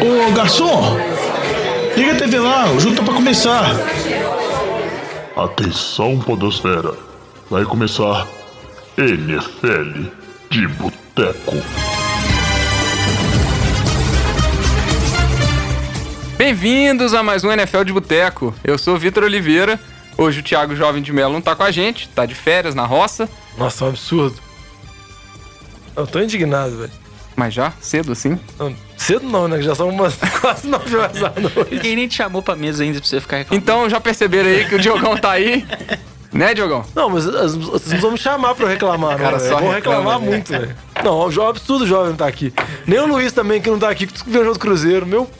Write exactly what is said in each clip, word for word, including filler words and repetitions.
Ô, garçom, liga a T V lá, o jogo tá pra começar. Atenção, podosfera, vai começar N F L de Boteco. Bem-vindos a mais um N F L de Boteco. Eu sou o Vitor Oliveira. Hoje o Thiago Jovem de Melo não tá com a gente, tá de férias na roça. Nossa, é um absurdo. Eu tô indignado, velho. Mas já? Cedo assim? Não, cedo não, né? Já são umas quase nove horas da noite. Ninguém nem te chamou pra mesa ainda pra você ficar reclamando. Então já perceberam aí que o Diogão tá aí? Né, Diogão? Não, mas vocês não vão me chamar pra eu reclamar, Cara, não, só velho. Vão reclama, reclamar né? muito, velho. Não, o jo- absurdo o jovem não tá aqui. Nem o Luiz também, que não tá aqui, que viajou do Cruzeiro. Meu...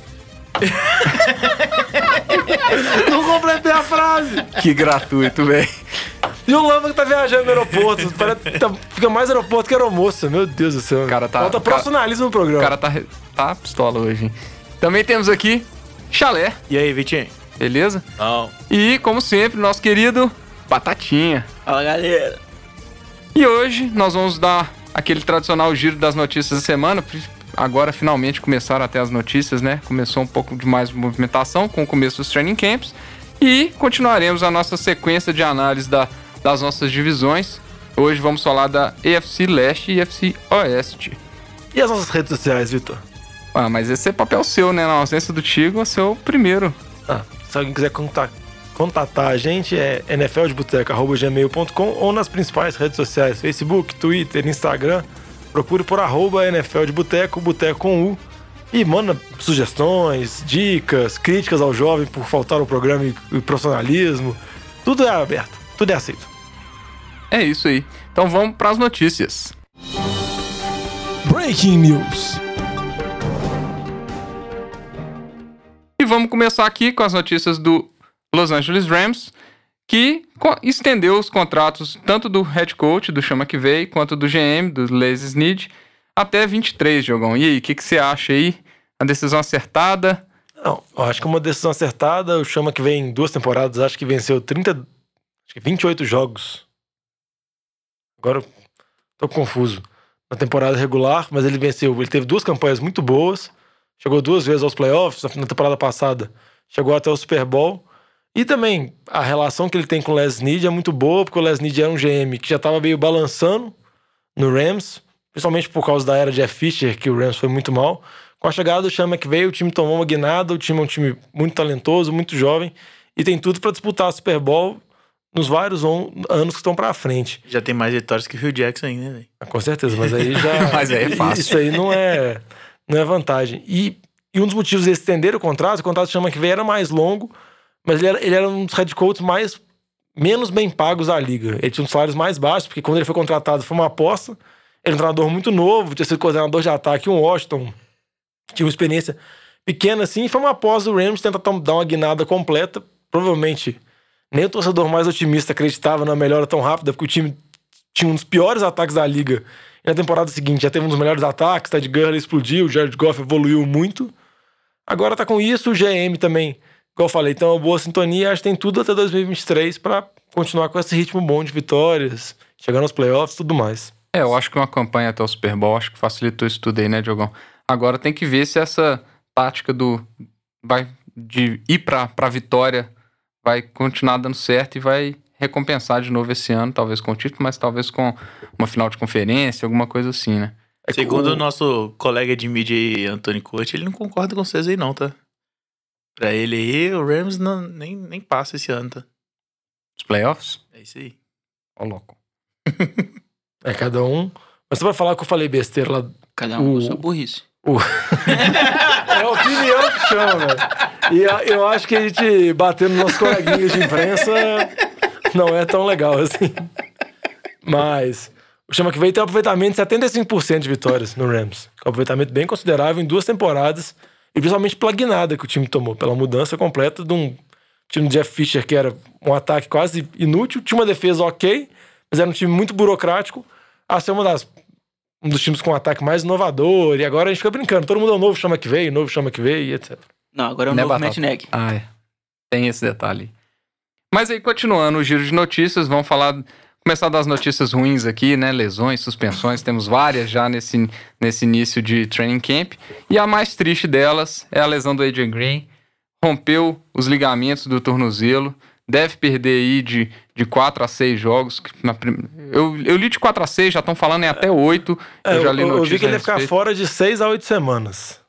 Não completei a frase. Que gratuito, velho. E o Lamba que tá viajando no aeroporto. Parece que tá- fica mais aeroporto que aeromoça. Meu Deus do céu. O cara tá- Falta o cara- profissionalismo no O programa. cara tá, tá pistola hoje, hein? Também temos aqui Chalé, E aí, Vitinho? beleza? Não. E, como sempre, nosso querido Batatinha. Fala, galera. E hoje nós vamos dar aquele tradicional giro das notícias da semana. Agora finalmente começaram até as notícias, né? Começou um pouco de mais movimentação com o começo dos training camps. E continuaremos a nossa sequência de análise da, das nossas divisões. Hoje vamos falar da A F C Leste e A F C Oeste. E as nossas redes sociais, Vitor? Ah, mas esse é papel seu, né? Na ausência do Tigo, é seu primeiro. Ah, se alguém quiser contatar, contatar a gente, é n f l de boteco arroba gmail ponto com ou nas principais redes sociais, Facebook, Twitter, Instagram. Procure por arroba N F L de Boteco, Boteco com U. E manda sugestões, dicas, críticas ao jovem por faltar ao programa e, e profissionalismo. Tudo é aberto, tudo é aceito. É isso aí. Então vamos para as notícias. Breaking News. E vamos começar aqui com as notícias do Los Angeles Rams, que co- estendeu os contratos tanto do head coach, do Sean McVay, quanto do G M, do Les Snead, até vinte e três, Diogão. E aí, o que, que você acha aí? A decisão acertada? Não, eu acho que é uma decisão acertada. O Chama que vem em duas temporadas, acho que venceu trinta, acho que vinte e oito jogos. Agora eu tô confuso. Na temporada regular, mas ele venceu. Ele teve duas campanhas muito boas. Chegou duas vezes aos playoffs. Na temporada passada chegou até o Super Bowl. E também a relação que ele tem com o Les Snead é muito boa, porque o Les Snead era um G M que já estava meio balançando no Rams, principalmente por causa da era de Jeff Fisher, que o Rams foi muito mal. Com a chegada do Sean McVay, o time tomou uma guinada. O time é um time muito talentoso, muito jovem, e tem tudo para disputar o Super Bowl nos vários on- anos que estão para frente. Já tem mais vitórias que o Hugh Jackson ainda, né, velho? Ah, com certeza, mas aí já... Mas aí é fácil. Isso aí não é, não é vantagem. E, e um dos motivos de estender o contrato, o contrato do Sean McVay era mais longo, mas ele era, ele era um dos head coaches mais, menos bem pagos da liga. Ele tinha uns salários mais baixos, porque quando ele foi contratado foi uma aposta. Ele era um treinador muito novo, tinha sido coordenador de ataque em Washington, tinha uma experiência pequena assim, e foi uma aposta do Rams tentar tom- dar uma guinada completa. Provavelmente nem o torcedor mais otimista acreditava na melhora tão rápida, porque o time tinha um dos piores ataques da liga. E na temporada seguinte já teve um dos melhores ataques, Ted Gurley explodiu, o Jared Goff evoluiu muito. Agora tá com isso, o G M também, igual eu falei, então é uma boa sintonia. Acho que tem tudo até dois mil e vinte e três pra continuar com esse ritmo bom de vitórias, chegando aos playoffs e tudo mais. É, eu acho que uma campanha até o Super Bowl, acho que facilitou isso tudo aí, né, Diogão? Agora tem que ver se essa tática do vai de ir pra, pra vitória vai continuar dando certo e vai recompensar de novo esse ano, talvez com o título, mas talvez com uma final de conferência, alguma coisa assim, né? É Segundo que o nosso colega de mídia aí, Antônio Coach, ele não concorda com vocês aí não, tá? Pra ele aí, o Rams não, nem, nem passa esse ano, tá? Os playoffs? É isso aí. Ó, louco. É cada um. Mas você vai falar que eu falei besteira lá. Cada um O- com sua burrice. É a opinião que chama, velho. E a- eu acho que a gente batendo nos nossos coleguinhas de imprensa não é tão legal assim. Mas o Chama que veio tem um aproveitamento de setenta e cinco por cento de vitórias no Rams. Que é um aproveitamento bem considerável em duas temporadas. E principalmente pela guinada que o time tomou, pela mudança completa de um time do Jeff Fisher, que era um ataque quase inútil, tinha uma defesa ok, mas era um time muito burocrático, a ser uma das, um dos times com um ataque mais inovador. E agora a gente fica brincando, todo mundo é o novo Sean McVay, novo Sean McVay e etcétera. Não, agora é o Né, novo Batata? Matt Nagy. Ah, é. Tem esse detalhe. Mas aí, continuando o giro de notícias, vamos falar... começar das notícias ruins aqui, né? Lesões, suspensões, temos várias já nesse, nesse início de training camp. E a mais triste delas é a lesão do A J Green. Rompeu os ligamentos do tornozelo. Deve perder aí de, de quatro a seis jogos. Na prim... eu, eu li de quatro a seis, já estão falando em até oito. É, eu já li eu, eu vi que ele ia a ficar respeito. fora de seis a oito semanas.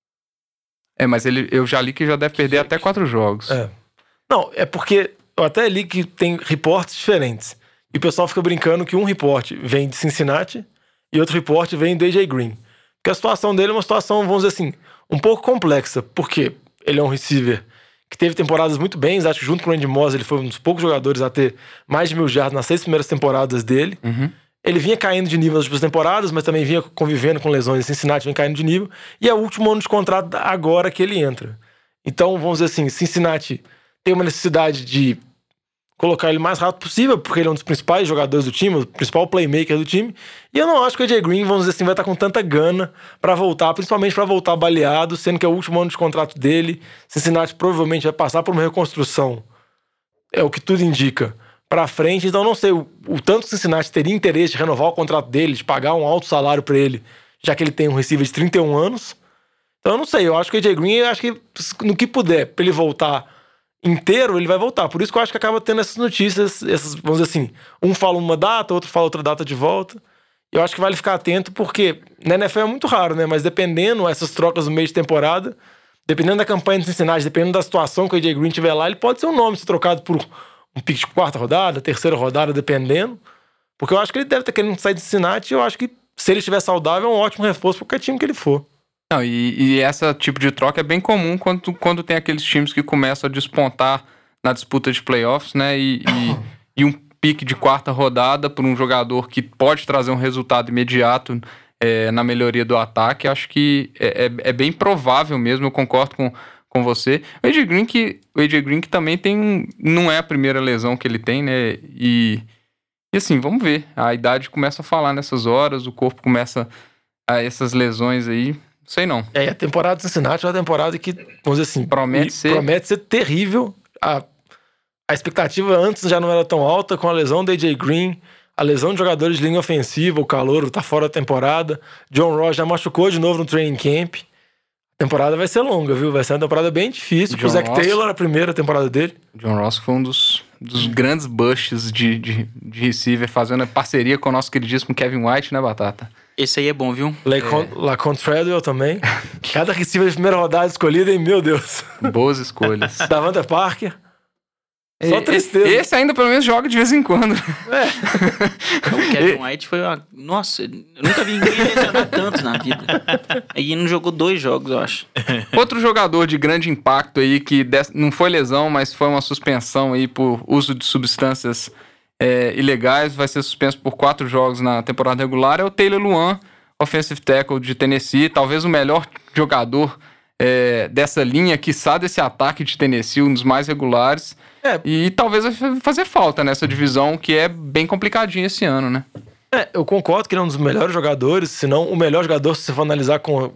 É, mas ele, eu já li que já deve perder até quatro jogos. É. Não, é porque eu até li que tem reportes diferentes. E o pessoal fica brincando que um reporte vem de Cincinnati e outro reporte vem do A J Green. Porque a situação dele é uma situação, vamos dizer assim, um pouco complexa. Porque ele é um receiver que teve temporadas muito bem. Acho que junto com o Randy Moss ele foi um dos poucos jogadores a ter mais de mil jardas nas seis primeiras temporadas dele. Uhum. Ele vinha caindo de nível nas últimas temporadas, mas também vinha convivendo com lesões em Cincinnati, vem caindo de nível. E é o último ano de contrato agora que ele entra. Então, vamos dizer assim, Cincinnati tem uma necessidade de colocar ele o mais rápido possível, porque ele é um dos principais jogadores do time, o principal playmaker do time. E eu não acho que o A J Green, vamos dizer assim, vai estar com tanta gana pra voltar, principalmente pra voltar baleado, sendo que é o último ano de contrato dele. Cincinnati provavelmente vai passar por uma reconstrução, é o que tudo indica, pra frente. Então não sei o, o tanto que o Cincinnati teria interesse de renovar o contrato dele, de pagar um alto salário pra ele, já que ele tem um receiver de trinta e um anos. Então eu não sei, eu acho que o A J Green, eu acho que no que puder, pra ele voltar inteiro, ele vai voltar. Por isso que eu acho que acaba tendo essas notícias, essas, vamos dizer assim, um fala uma data, outro fala outra data de volta. Eu acho que vale ficar atento, porque na N F L é muito raro, né? Mas dependendo essas trocas no meio de temporada, dependendo da campanha de Cincinnati, dependendo da situação que o A J Green tiver lá, ele pode ser um nome ser trocado por um pick de quarta rodada, terceira rodada, dependendo. Porque eu acho que ele deve estar querendo sair de Cincinnati, e eu acho que se ele estiver saudável, é um ótimo reforço para qualquer time que ele for. Não, e, e esse tipo de troca é bem comum quando, quando tem aqueles times que começam a despontar na disputa de playoffs, né? E, e, e um pique de quarta rodada por um jogador que pode trazer um resultado imediato é, na melhoria do ataque. Acho que é, é, é bem provável mesmo, eu concordo com, com você. O A J Green que, o A J Green que também tem, não é a primeira lesão que ele tem, né? E, e assim, vamos ver. A idade começa a falar nessas horas, o corpo começa a essas lesões aí. Sei não. É, a temporada de Cincinnati é uma temporada que, vamos dizer assim, Promete ser- promete ser terrível. A, a expectativa antes já não era tão alta, com a lesão do A J Green, a lesão de jogadores de linha ofensiva, o Calouro tá fora da temporada, John Ross já machucou de novo no training camp. A temporada vai ser longa, viu? Vai ser uma temporada bem difícil. John O Zach Ross- Taylor, a primeira temporada dele. John Ross foi um dos, dos grandes bushes de, de, de receiver, fazendo parceria com o nosso queridíssimo Kevin White, né, Batata? Esse aí é bom, viu? Lacon, Laconte Treadwell também. Cada receiver de primeira rodada escolhida, hein? Meu Deus. Boas escolhas. Davante Parker. Só E- tristeza. Esse ainda pelo menos joga de vez em quando. O Kevin White foi uma... Nossa, eu nunca vi ninguém lesionar tanto na vida. Aí não jogou dois jogos, eu acho. Outro jogador de grande impacto aí, que des- não foi lesão, mas foi uma suspensão aí por uso de substâncias é, ilegais, vai ser suspenso por quatro jogos na temporada regular, é o Taylor Lewan, offensive tackle de Tennessee, talvez o melhor jogador é, dessa linha, quiçá desse ataque de Tennessee, um dos mais regulares. É. E talvez vai fazer falta nessa divisão, que é bem complicadinha esse ano, né? É, eu concordo que ele é um dos melhores jogadores, se não o melhor jogador, se você for analisar com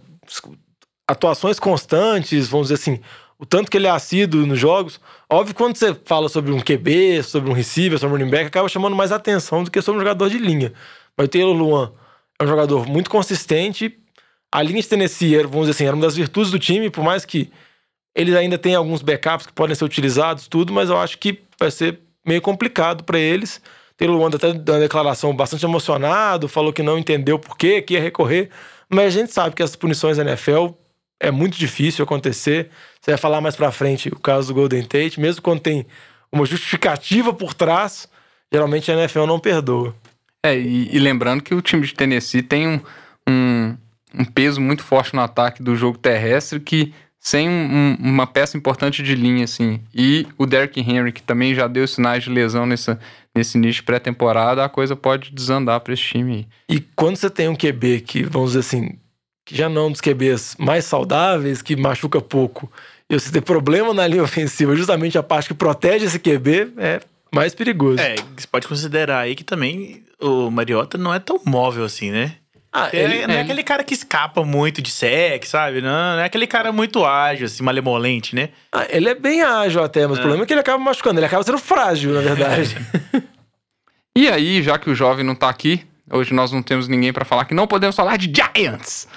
atuações constantes, vamos dizer assim, o tanto que ele é assíduo nos jogos. Óbvio que quando você fala sobre um Q B, sobre um receiver, sobre um running back, acaba chamando mais atenção do que sobre um jogador de linha. Mas o Taylor Lewan é um jogador muito consistente. A linha de Tennessee, era, vamos dizer assim, era uma das virtudes do time, por mais que eles ainda têm alguns backups que podem ser utilizados, tudo, mas eu acho que vai ser meio complicado para eles. Taylor Lewan até deu uma declaração bastante emocionado, falou que não entendeu por quê, que ia recorrer, mas a gente sabe que essas punições da N F L é muito difícil acontecer. Você vai falar mais pra frente o caso do Golden Tate, mesmo quando tem uma justificativa por trás, geralmente a N F L não perdoa. É, e, e lembrando que o time de Tennessee tem um, um, um peso muito forte no ataque do jogo terrestre, que sem um, uma peça importante de linha, assim, e o Derrick Henry, que também já deu sinais de lesão nessa, nesse início de pré-temporada, a coisa pode desandar pra esse time aí. E quando você tem um Q B que, vamos dizer assim, que já não é um dos Q Bs mais saudáveis, que machuca pouco, e você tem problema na linha ofensiva, justamente a parte que protege esse Q B, é mais perigoso. É, você pode considerar aí que também o Mariota não é tão móvel assim, né? Ah, É, ele, não é ele- aquele cara que escapa muito de sec, sabe? Não, não é aquele cara muito ágil, assim, malemolente, né? ah, ele é bem ágil até, mas o problema é que ele acaba machucando, ele acaba sendo frágil, na verdade. E aí, já que o jovem não tá aqui, hoje nós não temos ninguém pra falar que não podemos falar de Giants.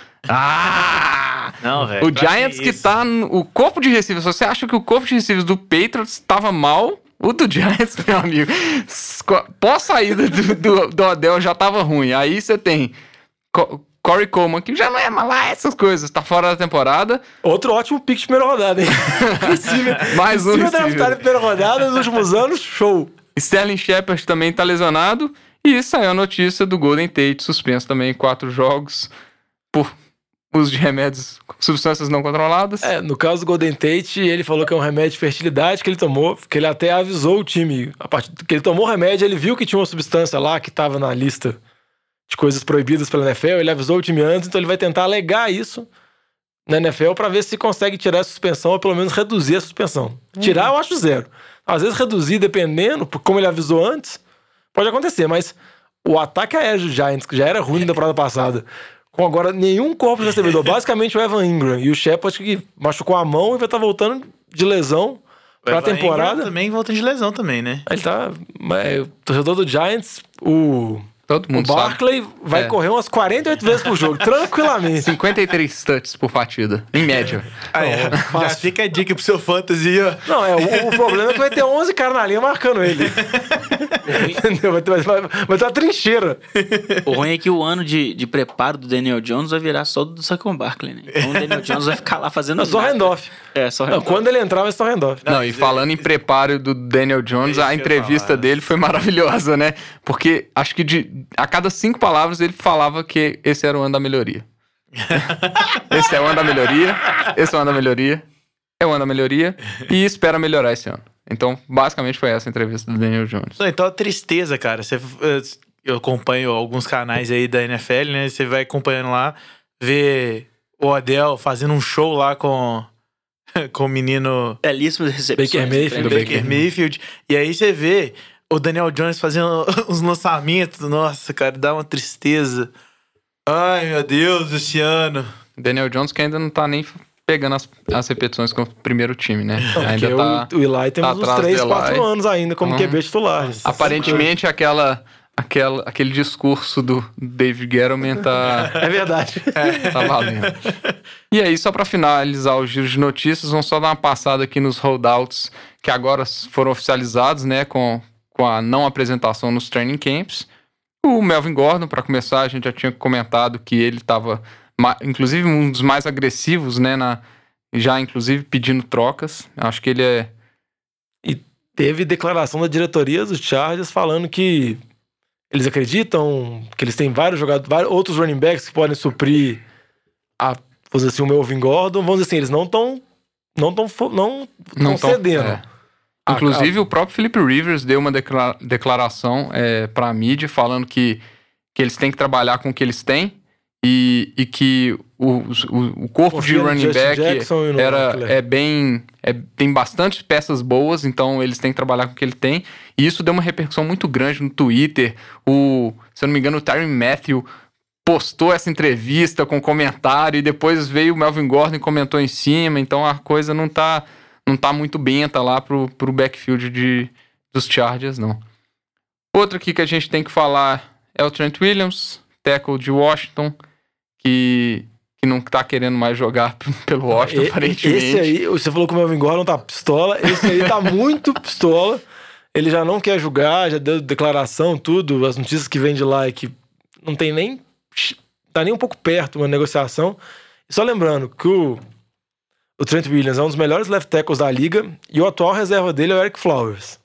Ah! Não, velho. O Giants que tá no o corpo de receivers. Se você acha que o corpo de receivers do Patriots tava mal, o do Giants, meu amigo, pós saída do, do, do Odell já tava ruim. Aí você tem Co- Corey Coleman, que já não é mal lá essas coisas, tá fora da temporada. Outro ótimo pick de primeira rodada, hein? Mais um Se receiver. draftar em primeira rodada nos últimos anos, show. Sterling Shepard também tá lesionado. E saiu a notícia do Golden Tate suspenso também em quatro jogos por uso de remédios, substâncias não controladas. É, no caso do Golden Tate, ele falou que é um remédio de fertilidade que ele tomou, que ele até avisou o time. A partir que ele tomou o remédio, ele viu que tinha uma substância lá que estava na lista de coisas proibidas pela N F L, ele avisou o time antes, então ele vai tentar alegar isso na N F L para ver se consegue tirar a suspensão ou pelo menos reduzir a suspensão. Tirar eu acho zero. Às vezes reduzir, dependendo, como ele avisou antes, pode acontecer, mas o ataque aéreo do Giants, que já era ruim na temporada passada, com agora nenhum corpo de recebedor, basicamente o Evan Ingram e o Shepard que machucou a mão e vai estar voltando de lesão pra temporada. Também volta de lesão também, né? Ele tá... É, o torcedor do Giants, o... Todo O mundo Barkley sabe. vai É. correr umas quarenta e oito vezes por jogo, tranquilamente. cinquenta e três touches por partida, em média. Aí, já fica a dica pro seu fantasy, ó. Não, é, o, o problema é que vai ter onze caras na linha marcando ele. Entendeu? Vai ter, vai, vai ter uma trincheira. O ruim é que o ano de, de preparo do Daniel Jones vai virar só do Saquon Barkley, né? Então o Daniel Jones vai ficar lá fazendo É só nada. handoff. É, só Não, handoff. quando ele entrar, vai ser só handoff. Não, e falando em preparo do Daniel Jones, É isso a que eu ia entrevista falar. dele foi maravilhosa, né? Porque acho que de, a cada cinco palavras ele falava que esse era o ano da melhoria. Esse é o ano da melhoria, esse é o ano da melhoria, é o ano da melhoria e espera melhorar esse ano. Então, basicamente foi essa a entrevista do Daniel Jones. Não, então a tristeza, cara. Você, eu acompanho alguns canais aí da N F L, né? Você vai acompanhando lá, vê o Odell fazendo um show lá com, com o menino Belíssimas recepções. Baker Mayfield. Do Baker Baker Mayfield. E aí você vê o Daniel Jones fazendo os lançamentos. Nossa, cara, dá uma tristeza. Ai, meu Deus, esse ano. Daniel Jones que ainda não tá nem pegando as, as repetições com o primeiro time, né? Não, ainda porque tá... o, o Eli temos tá uns atrás três, do quatro Eli. anos ainda como Uhum. Q B titular. Aparentemente aquela, aquela, aquele discurso do David Gettleman tá... É verdade. Tá valendo. E aí, só pra finalizar o giro de notícias, vamos só dar uma passada aqui nos holdouts que agora foram oficializados, né, com, com a não apresentação nos training camps. O Melvin Gordon, pra começar, a gente já tinha comentado que ele tava, ma- inclusive, um dos mais agressivos, né, na, já inclusive pedindo trocas. Acho que ele é... Teve declaração da diretoria dos Chargers falando que eles acreditam que eles têm vários jogadores, vários outros running backs que podem suprir a, vamos dizer assim, o Melvin Gordon. Vamos dizer assim, eles não estão não tão, não Não tão tão- cedendo. é. A- Inclusive, o próprio Philip Rivers deu uma declara- declaração é, pra mídia falando que, que eles têm que trabalhar com o que eles têm e, e que o, o, o corpo Confia de no running Justin back Jackson e no era, Eckler. é bem, é, tem bastante peças boas, então eles têm que trabalhar com o que ele tem. E isso deu uma repercussão muito grande no Twitter. O, se eu não me engano, o Tyrann Mathieu postou essa entrevista com comentário e depois veio o Melvin Gordon e comentou em cima, então a coisa não tá... não tá muito benta lá pro, pro backfield de, dos Chargers, não. Outro aqui que a gente tem que falar é o Trent Williams, tackle de Washington, que, que não tá querendo mais jogar pelo Washington, E- aparentemente. Esse aí, você falou que o Melvin Gordon tá pistola. Esse aí tá muito pistola. Ele já não quer jogar, já deu declaração, tudo. As notícias que vem de lá é que não tem nem... tá nem um pouco perto uma negociação. E só lembrando que o, o Trent Williams é um dos melhores left tackles da liga e o atual reserva dele é o Eric Flowers.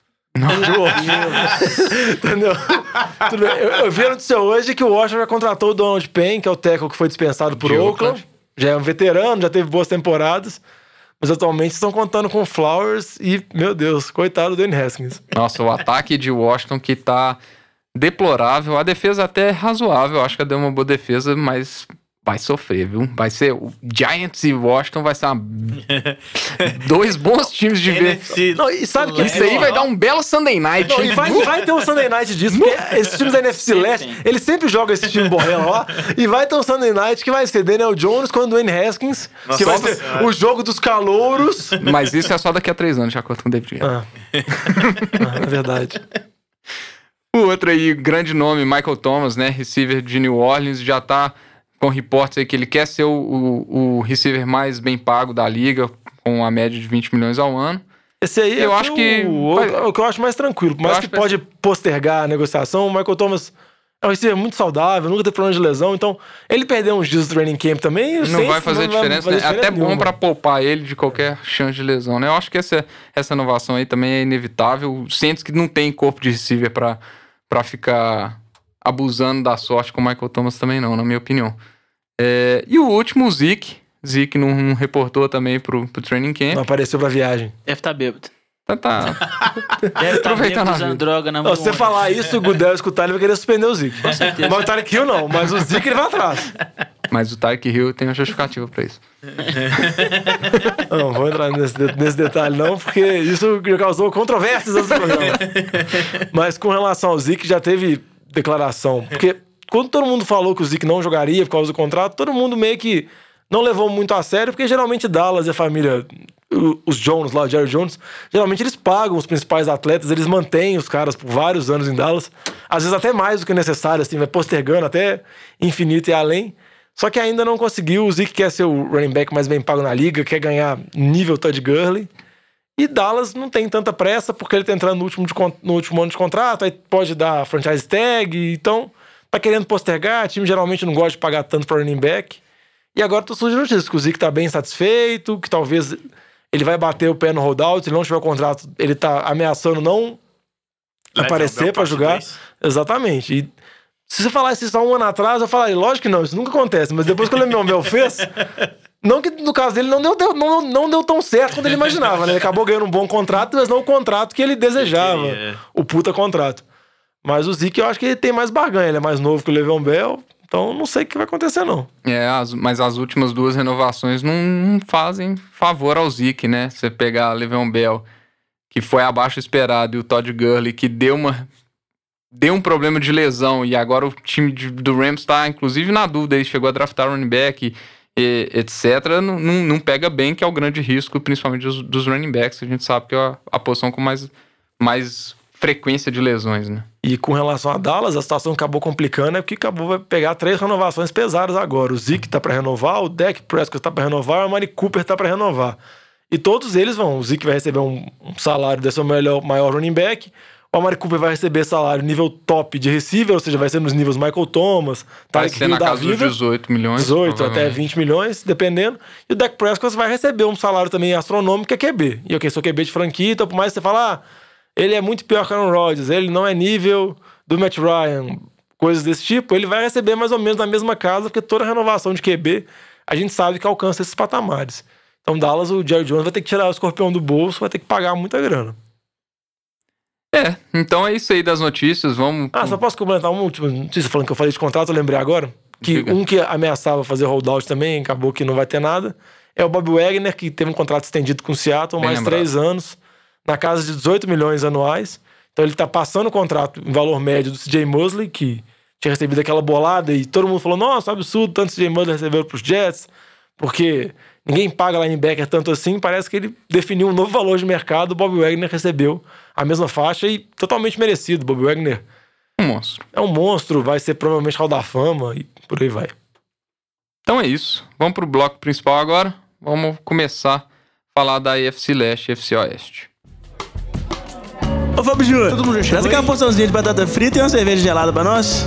Entendeu? Tudo bem. Eu, eu vi a notícia hoje que o Washington já contratou o Donald Payne, que é o tackle que foi dispensado por De Oakland. Oakland. Já é um veterano, já teve boas temporadas. Mas atualmente estão contando com o Flowers e, meu Deus, coitado do Dwayne Haskins. Nossa, o ataque de Washington que tá deplorável. A defesa até é razoável. Acho que deu uma boa defesa, mas vai sofrer, viu? Vai ser... O Giants e Washington vai ser uma... dois bons times de ver. N F C. Não, e sabe que Isso aí vai dar um belo Sunday Night. Não, e vai, vai ter um Sunday Night disso, porque esses times da N F C Leste, eles sempre jogam esse time borrela lá, e vai ter um Sunday Night que vai ser Daniel Jones com o Dwayne Haskins, Nossa, que vai nossa ser senhora. o jogo dos calouros. Mas isso é só daqui a três anos, de acordo com o David Guerra. Ah. Ah, é verdade. O outro aí, grande nome, Michael Thomas, né? Receiver de New Orleans, já tá com reportes aí que ele quer ser o, o, o receiver mais bem pago da liga, com uma média de vinte milhões ao ano. Esse aí eu é acho o, que o, vai... o que eu acho mais tranquilo. Por mais que, que pode vai... postergar a negociação, o Michael Thomas é um receiver muito saudável, nunca teve problema de lesão, então ele perder uns dias do training camp também... Não vai fazer não diferença, vai fazer né? Diferença até nenhuma. Bom pra poupar ele de qualquer chance de lesão, né? Eu acho que essa, essa inovação aí também é inevitável. Sentes que não tem corpo de receiver pra, pra ficar abusando da sorte com o Michael Thomas também não, na minha opinião. É... E o último, o Zeke. Zeke não, não reportou também pro, pro training camp. Não apareceu pra viagem. Deve estar bêbado. Tá, tá. Deve estar bêbado usando droga na mão. Se você falar isso, o Gudel escutar, ele vai querer suspender o Zeke. Com certeza. Mas o Tyreek Hill não, mas o Zeke ele vai atrás. Mas o Tyreek Hill tem uma justificativa pra isso. Não, vou entrar nesse, nesse detalhe não, porque isso já causou controvérsias nesse programa. Mas com relação ao Zeke, já teve declaração. Porque quando todo mundo falou que o Zeke não jogaria por causa do contrato, todo mundo meio que não levou muito a sério, porque geralmente Dallas e a família, os Jones lá, o Jerry Jones, geralmente eles pagam os principais atletas, eles mantêm os caras por vários anos em Dallas, às vezes até mais do que necessário, assim, vai postergando até infinito e além. Só que ainda não conseguiu. O Zeke quer ser o running back mais bem pago na liga, quer ganhar nível Todd Gurley. E Dallas não tem tanta pressa, porque ele tá entrando no último, de, no último ano de contrato, aí pode dar franchise tag, então tá querendo postergar. O time geralmente não gosta de pagar tanto pra running back. E agora tô surgindo notícias que o Zeke tá bem satisfeito, que talvez ele vai bater o pé no holdout, se ele não tiver o contrato, ele tá ameaçando não Leve aparecer pra jogar. Dois. Exatamente. E se você falasse isso há um ano atrás, eu falaria, lógico que não, isso nunca acontece. Mas depois que o Le'Veon Bell fez, não que no caso dele não deu, deu, não, não deu tão certo quanto ele imaginava, né? Ele acabou ganhando um bom contrato, mas não o contrato que ele desejava, ele o puta contrato. Mas o Zeke, eu acho que ele tem mais barganha, ele é mais novo que o Le'Veon Bell. Então, não sei o que vai acontecer, não. É, as, mas as últimas duas renovações não, não fazem favor ao Zeke, né? Você pegar a Le'Veon Bell, que foi abaixo esperado, e o Todd Gurley, que deu uma... Deu um problema de lesão, e agora o time de, do Rams tá, inclusive, na dúvida. Ele chegou a draftar running back, e, etcétera. Não, não, não pega bem, que é o grande risco, principalmente dos, dos running backs. A gente sabe que é a, a posição com mais, mais frequência de lesões, né? E com relação a Dallas, a situação acabou complicando, é porque acabou vai pegar três renovações pesadas agora. O Zeke tá pra renovar, o Dak Prescott tá pra renovar, o Amari Cooper tá pra renovar. E todos eles vão. O Zeke vai receber um, um salário desse melhor, maior running back. O Amari Cooper vai receber salário nível top de receiver, ou seja, vai ser nos níveis Michael Thomas, vai ser na casa dos dezoito milhões. dezoito até vinte milhões, dependendo. E o Dak Prescott vai receber um salário também astronômico, que é Q B. E eu que sou Q B de franquia, então por mais que você fale, ah, ele é muito pior que o Aaron Rodgers, ele não é nível do Matt Ryan, coisas desse tipo, ele vai receber mais ou menos na mesma casa, porque toda renovação de Q B, a gente sabe que alcança esses patamares. Então Dallas, o Jerry Jones vai ter que tirar o escorpião do bolso, vai ter que pagar muita grana. É, então é isso aí das notícias, vamos... Ah, só posso complementar uma última notícia falando que eu falei de contrato, eu lembrei agora, que Diga. um que ameaçava fazer holdout também, acabou que não vai ter nada, é o Bob Wagner, que teve um contrato estendido com o Seattle, Bem mais lembrado. três anos, na casa de dezoito milhões anuais, então ele tá passando o contrato em valor médio do C J Mosley, que tinha recebido aquela bolada e todo mundo falou, nossa, absurdo, tanto C J Mosley recebeu pros Jets, porque ninguém paga linebacker tanto assim, parece que ele definiu um novo valor de mercado, o Bob Wagner recebeu a mesma faixa e totalmente merecido. Bob Wagner um monstro. É um monstro, vai ser provavelmente Hall da Fama e por aí vai. Então é isso. Vamos pro bloco principal agora. Vamos começar a falar da A F C Leste e A F C Oeste. Ô Fábio Júnior, traz aquela porçãozinha de batata frita e uma cerveja gelada pra nós.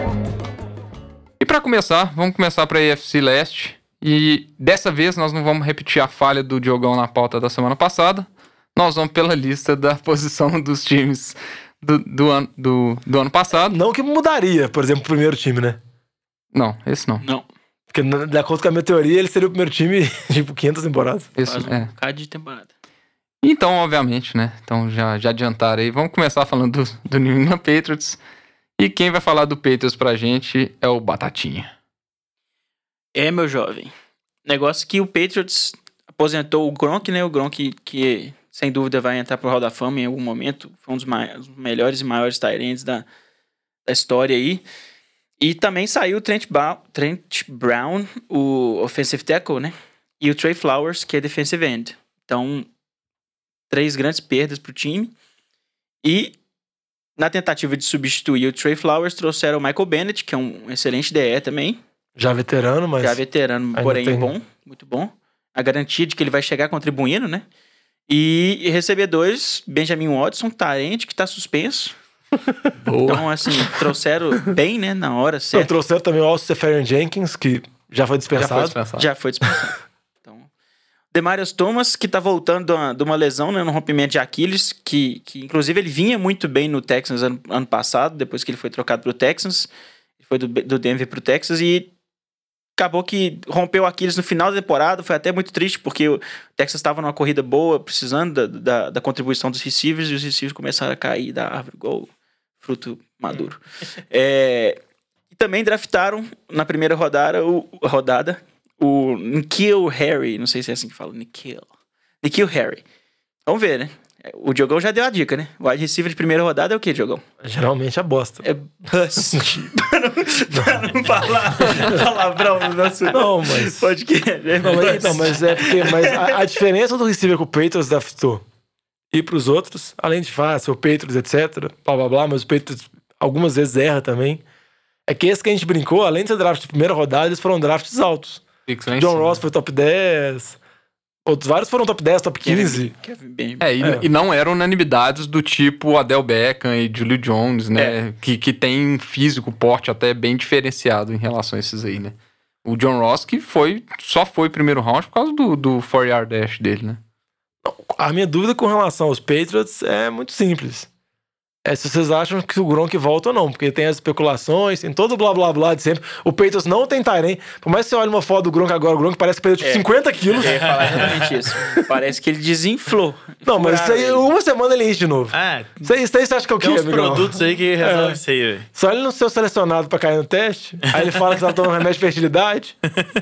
E pra começar, vamos começar pra A F C Leste. E dessa vez nós não vamos repetir a falha do Diogão na pauta da semana passada. Nós vamos pela lista da posição dos times do, do, ano, do, do ano passado. Não que mudaria, por exemplo, o primeiro time, né? Não, esse não. Não. Porque, de acordo com a minha teoria, ele seria o primeiro time, tipo, quinhentas temporadas. Esse, Faz um é. bocado de temporada. Então, obviamente, né? Então, já, já adiantaram aí. Vamos começar falando do, do New England Patriots. E quem vai falar do Patriots pra gente é o Batatinha. É, meu jovem. Negócio que o Patriots aposentou o Gronk, né? O Gronk que, sem dúvida, vai entrar pro Hall da Fama em algum momento. Foi um dos mais, melhores e maiores tight ends da, da história aí. E também saiu o Trent, ba- Trent Brown, o offensive tackle, né? E o Trey Flowers, que é defensive end. Então, três grandes perdas pro time. E na tentativa de substituir o Trey Flowers, trouxeram o Michael Bennett, que é um excelente D E também. Já veterano, mas... Já veterano, porém tem... bom, muito bom. A garantia de que ele vai chegar contribuindo, né? E, e recebedores, Benjamin Watson, Tarente, que tá suspenso. Boa. Então, assim, trouxeram bem, né, na hora Então, certa. trouxeram também o Austin Seferian-Jenkins, que já foi Já dispensado. foi dispensado. Já foi dispensado. Então, Demarius Thomas, que tá voltando de uma, de uma lesão, né, no rompimento de Aquiles, que, que inclusive ele vinha muito bem no Texans ano, ano passado, depois que ele foi trocado pro Texans. Ele foi do, do Denver pro Texas e acabou que rompeu o Aquiles no final da temporada. Foi até muito triste, porque o Texas estava numa corrida boa, precisando da, da, da contribuição dos receivers, e os receivers começaram a cair da árvore, igual fruto maduro. É, e também draftaram, na primeira rodada, o, rodada, o N'Keal Harry. Não sei se é assim que fala, N'Keal. N'Keal Harry. Vamos ver, né? O Diogão já deu a dica, né? O wide receiver de primeira rodada é o quê, Diogão? Geralmente a bosta. É bust. Para não falar palavrão no nosso Não, mas... podcast. É Não, mas, bust. não, mas é porque mas a, a diferença do receiver que o Patriots draftou e pros outros, além de fácil, o Patriots, etcétera, blá blá blá, mas o Patriots algumas vezes erra também, é que esse que a gente brincou, além de ser draft de primeira rodada, eles foram drafts altos. Fixa lá em John cima. Ross foi top dez, outros vários foram top dez, top quinze. Kevin Benjamin. É, e, É. e não eram unanimidades do tipo Adele Beckham e Julio Jones, né? É. Que, que tem físico, porte até bem diferenciado em relação a esses aí, né? O John Ross que foi, só foi primeiro round por causa do, do four yard dash dele, né? A minha dúvida com relação aos Patriots é muito simples. É se vocês acham que o Gronk volta ou não, porque tem as especulações, tem todo o blá blá blá de sempre. O Patriots não tem Tyrene. Por mais que você olhe uma foto do Gronk agora, o Gronk parece que perdeu tipo É. cinquenta quilos. Eu ia falar exatamente isso. Parece que ele desinflou. Não, mas isso aí, Furaram ele. uma semana ele enche de novo. Ah, Isso aí, isso aí você acha que é o quê, tem uns amigão? produtos aí que resolvem É. isso aí, velho. Só ele não ser selecionado pra cair no teste, aí ele fala que tá tomando remédio de fertilidade.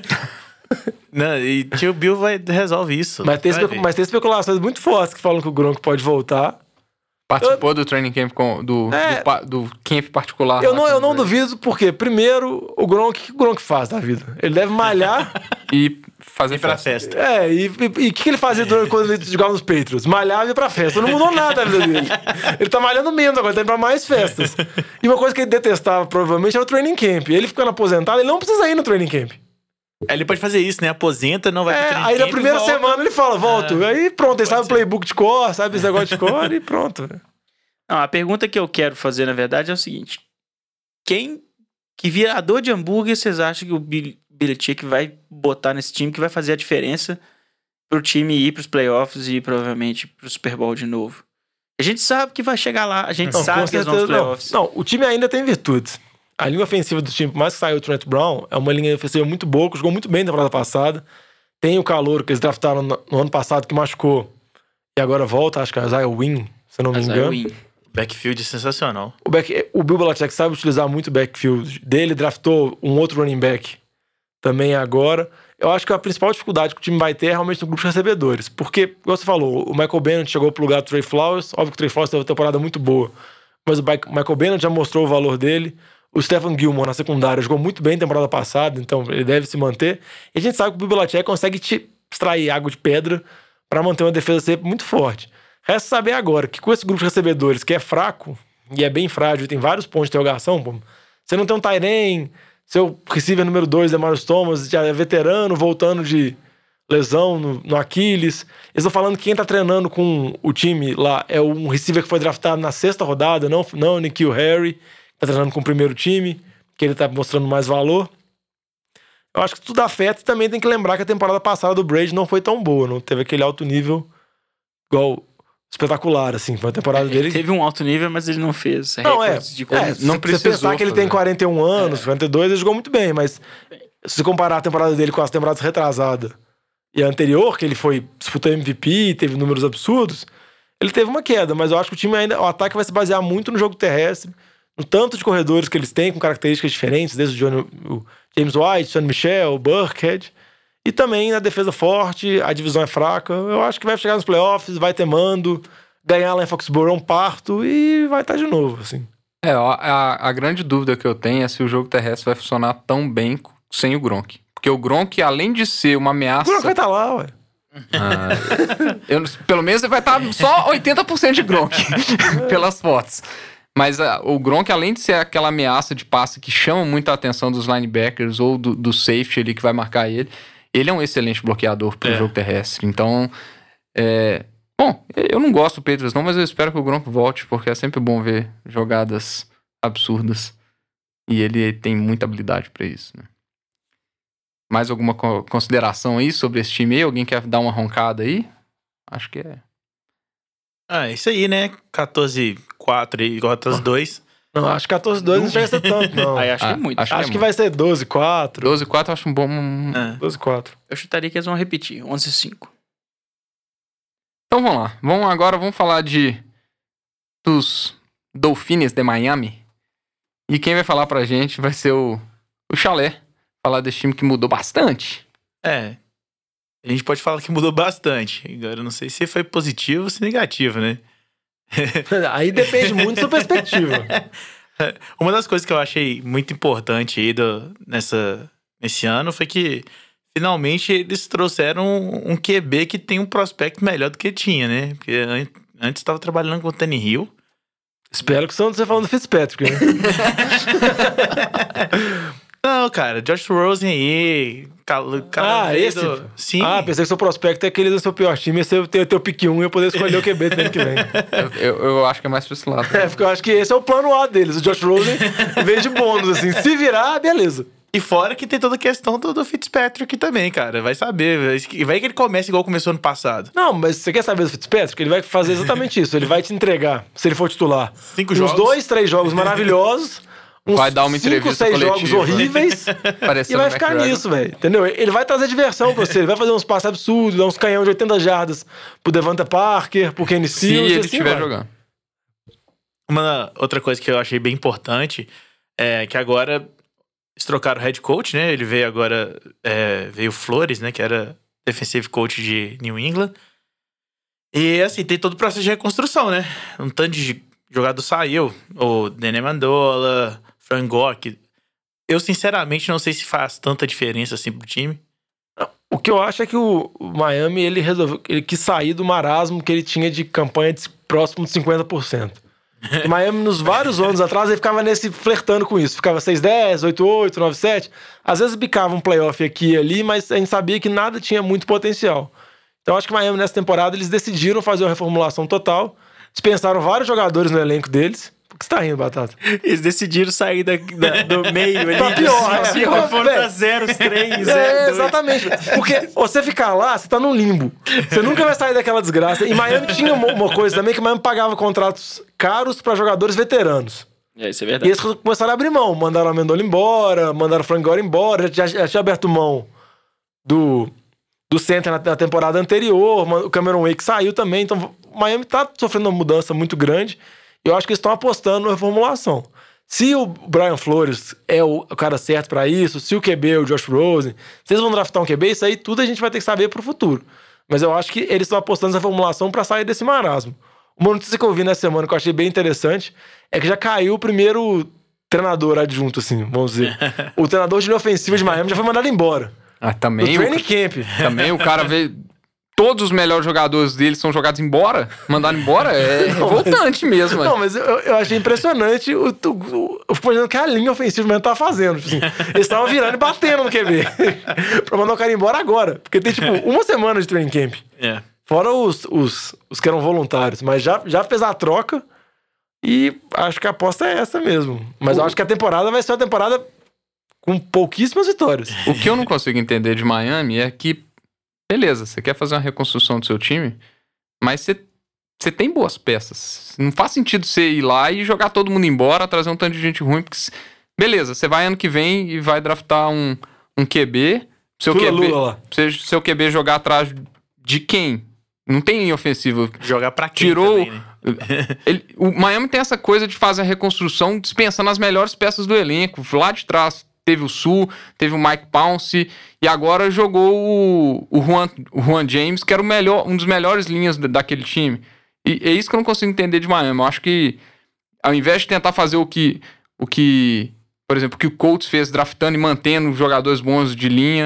Não, e tio Bill vai, resolve isso. Mas tem, Vai especu- ver. mas tem especulações muito fortes que falam que o Gronk pode voltar. Participou do training camp com, do, É. do, pa- do camp particular. Eu lá não, com eu o não Brady. duvido, porque, primeiro, o Gronk, o que o Gronk faz da vida? Ele deve malhar. E fazer Ir pra festa. festa. É, e o que, que ele fazia durante, quando ele jogava nos Patriots? Malhava e ia pra festa. Não mudou nada a vida dele. Ele tá malhando menos agora, tá indo pra mais festas. E uma coisa que ele detestava, provavelmente, era o training camp. Ele ficando aposentado, ele não precisa ir no training camp. Aí ele pode fazer isso, né? Aposenta, não vai pro É, training aí na camp, primeira volta. semana ele fala, volto. Aí pronto, ele sabe o ser. playbook de cor, sabe esse negócio de cor e pronto. Não, a pergunta que eu quero fazer, na verdade, é o seguinte. Quem, que virador de hambúrguer vocês acham que o Bill- Belichick vai botar nesse time que vai fazer a diferença pro time ir pros playoffs e provavelmente pro Super Bowl de novo? A gente sabe que vai chegar lá, a gente Não, sabe com que eles vão pros certeza, playoffs. não. Não, o time ainda tem virtudes. A linha ofensiva do time, por mais que saiu o Trent Brown, é uma linha ofensiva muito boa, que jogou muito bem na temporada passada. Tem o calor que eles draftaram no, no ano passado, que machucou. E agora volta, acho que é Isaiah Wynn, se eu não me Isaiah engano. Wynn. Backfield sensacional. O, back, o Bill Belichick sabe utilizar muito o backfield dele, draftou um outro running back também agora. Eu acho que a principal dificuldade que o time vai ter é realmente no grupo de recebedores. Porque, como você falou, o Michael Bennett chegou pro lugar do Trey Flowers. Óbvio que o Trey Flowers teve uma temporada muito boa. Mas o Michael Bennett já mostrou o valor dele. O Stephen Gilmore, na secundária, jogou muito bem na temporada passada, então ele deve se manter. E a gente sabe que o Bill Belichick consegue te extrair água de pedra para manter uma defesa sempre muito forte. Resta saber agora que com esse grupo de recebedores que é fraco, e é bem frágil, tem vários pontos de interrogação, pô, você não tem um Tyrene, seu receiver número dois, Demarius Thomas, já é veterano, voltando de lesão no, no Aquiles. Eles estão falando que quem tá treinando com o time lá é um receiver que foi draftado na sexta rodada, não, não o N'Keal Harry, tá treinando com o primeiro time, que ele tá mostrando mais valor. Eu acho que tudo afeta e também tem que lembrar que a temporada passada do Brady não foi tão boa, não teve aquele alto nível igual espetacular, assim, foi a temporada Ele dele. teve um alto nível, mas ele não fez Não, é, recordes de é coisas. não não você precisou pensar que ele tem fazer. quarenta e um anos, quarenta e dois, ele jogou muito bem, mas se você comparar a temporada dele com as temporadas retrasadas e a anterior, que ele foi disputar M V P, teve números absurdos, ele teve uma queda, mas eu acho que o time ainda, o ataque vai se basear muito no jogo terrestre, no tanto de corredores que eles têm, com características diferentes, desde o, Johnny, o James White, Sonny Michel, o Burkhead, e também na defesa forte, a divisão é fraca. Eu acho que vai chegar nos playoffs, vai ter mando, ganhar lá em Foxborough é um parto e vai estar de novo, assim. É, ó, a, a grande dúvida que eu tenho é se o jogo terrestre vai funcionar tão bem sem o Gronk. Porque o Gronk, além de ser uma O ameaça... Gronk vai estar lá, ué. Ah, eu, pelo menos vai estar só oitenta por cento de Gronk, pelas fotos. Mas uh, o Gronk, além de ser aquela ameaça de passe que chama muito a atenção dos linebackers ou do, do safety ali que vai marcar ele, ele é um excelente bloqueador pro É. jogo terrestre. Então, é... bom, eu não gosto do Patriots não, mas eu espero que o Gronk volte, porque é sempre bom ver jogadas absurdas. E ele tem muita habilidade pra isso, né? Mais alguma co- consideração aí sobre esse time aí? Alguém quer dar uma roncada aí? Acho que é... Ah, é isso aí, né? quatorze a quatro e quatorze a dois. Não, acho que quatorze a dois não vai ser tanto, não. Aí acho Ah, que é muito. acho- Acho é que vai ser doze a quatro. doze a quatro eu acho um bom... É. doze a quatro. Eu chutaria que eles vão repetir. onze a cinco. Então vamos lá. Vamos agora vamos falar de dos Dolphins de Miami. E quem vai falar pra gente vai ser o, o Chalé. Falar desse time que mudou bastante. É. A gente pode falar que mudou bastante. Agora, eu não sei se foi positivo ou se negativo, né? Aí depende muito da sua perspectiva. Uma das coisas que eu achei muito importante aí do, nessa, nesse ano foi que finalmente eles trouxeram um, um Q B que tem um prospecto melhor do que tinha, né? Porque an- antes estava trabalhando com o Tannehill. Espero que você falando do Fitzpatrick, né? Não, cara, Josh Rosen aí. Cara, cara Ah, veio esse? do- Sim. Ah, pensei que seu prospecto é aquele do seu pior time, você ter o teu pick um e eu poder escolher o Q B do ano que vem. Eu, eu, eu acho que é mais pra esse lado. É, porque eu acho que esse é o plano A deles. O Josh Rosen veio de bônus, assim. Se virar, beleza. E fora que tem toda a questão do, do Fitzpatrick também, cara. Vai saber. Vai, vai que ele começa igual começou ano passado. Não, mas você quer saber do Fitzpatrick? Ele vai fazer exatamente isso. Ele vai te entregar, se ele for titular, Cinco uns jogos. dois, três jogos maravilhosos. Uns Vai dar uma cinco, entrevista seis coletiva. jogos horríveis. E Parecendo vai o ficar McGregor. nisso, velho. Entendeu? Ele vai trazer diversão pra você. Ele vai fazer uns passes absurdos, dar uns canhão de oitenta jardas pro Devonta Parker, pro Kenny Se Stills. ele assim estiver vai. jogando. Uma outra coisa que eu achei bem importante é que agora eles trocaram o head coach, né? Ele veio agora, é, veio o Flores, né? Que era defensive coach de New England. E assim, tem todo o processo de reconstrução, né? Um tanto de jogador saiu. O Dene Mandola, Frank Gore. Eu, sinceramente, não sei se faz tanta diferença assim pro time. O que eu acho é que o o Miami, ele resolveu, ele quis sair do marasmo que ele tinha de campanha de próximo de cinquenta por cento. O Miami, nos vários anos atrás, ele ficava nesse, flertando com isso. Ficava seis dez, oito oito, nove sete. Às vezes bicava um playoff aqui e ali, mas a gente sabia que nada tinha muito potencial. Então acho que o Miami, nessa temporada, eles decidiram fazer uma reformulação total. Dispensaram vários jogadores no elenco deles. Por que você tá rindo, Batata? Eles decidiram sair da, da- do meio ali. Tá pior, assim, é ó, pior, foram velho. pra zero, três, É, zero, dois. exatamente. Porque você ficar lá, você tá num limbo. Você nunca vai sair daquela desgraça. E Miami tinha uma, uma coisa também, que Miami pagava contratos caros pra jogadores veteranos. É, isso é E verdade. eles começaram a abrir mão. Mandaram a Amendola embora, mandaram o Frank Gore embora. Já, já tinha aberto mão do, do center na, na temporada anterior. O Cameron Wake saiu também. Então o Miami tá sofrendo uma mudança muito grande. E eu acho que eles estão apostando na reformulação. Se o Brian Flores é o cara certo pra isso, se o Q B é o Josh Rosen, se eles vão draftar um Q B, isso aí tudo a gente vai ter que saber pro futuro. Mas eu acho que eles estão apostando nessa formulação pra sair desse marasmo. Uma notícia que eu vi nessa semana que eu achei bem interessante é que já caiu o primeiro treinador adjunto, assim, vamos dizer. O treinador de linha ofensiva de Miami já foi mandado embora. Ah, Do também, training o, camp. também o cara veio... Todos os melhores jogadores dele são jogados embora, mandados embora, é revoltante mesmo. Não, mas eu, eu achei impressionante o, o, o, eu fico imaginando que a linha ofensiva mesmo tava fazendo. Tipo assim, eles estavam virando e batendo no Q B. Pra mandar o cara embora agora. Porque tem, tipo, uma semana de training camp. É. Fora os, os, os que eram voluntários. Mas já, já fez a troca. E acho que a aposta é essa mesmo. Mas eu acho que a temporada vai ser uma temporada com pouquíssimas vitórias. O que eu não consigo entender de Miami é que, beleza, você quer fazer uma reconstrução do seu time, mas você, você tem boas peças. Não faz sentido você ir lá e jogar todo mundo embora, trazer um tanto de gente ruim, porque, beleza, você vai ano que vem e vai draftar um, um Q B, seu Lula, Q B, Lula lá. seu, seu Q B jogar atrás de quem? Não tem linha ofensiva. Jogar pra quem Tirou. também, né? Ele- o Miami tem essa coisa de fazer a reconstrução dispensando as melhores peças do elenco. Lá de trás teve o Sul, teve o Mike Pouncey e agora jogou o, o, Juan, o Juan James, que era o melhor, um dos melhores linhas da- daquele time. E é isso que eu não consigo entender de Miami. Eu acho que ao invés de tentar fazer o que, o que por exemplo, o que o Colts fez draftando e mantendo jogadores bons de linha,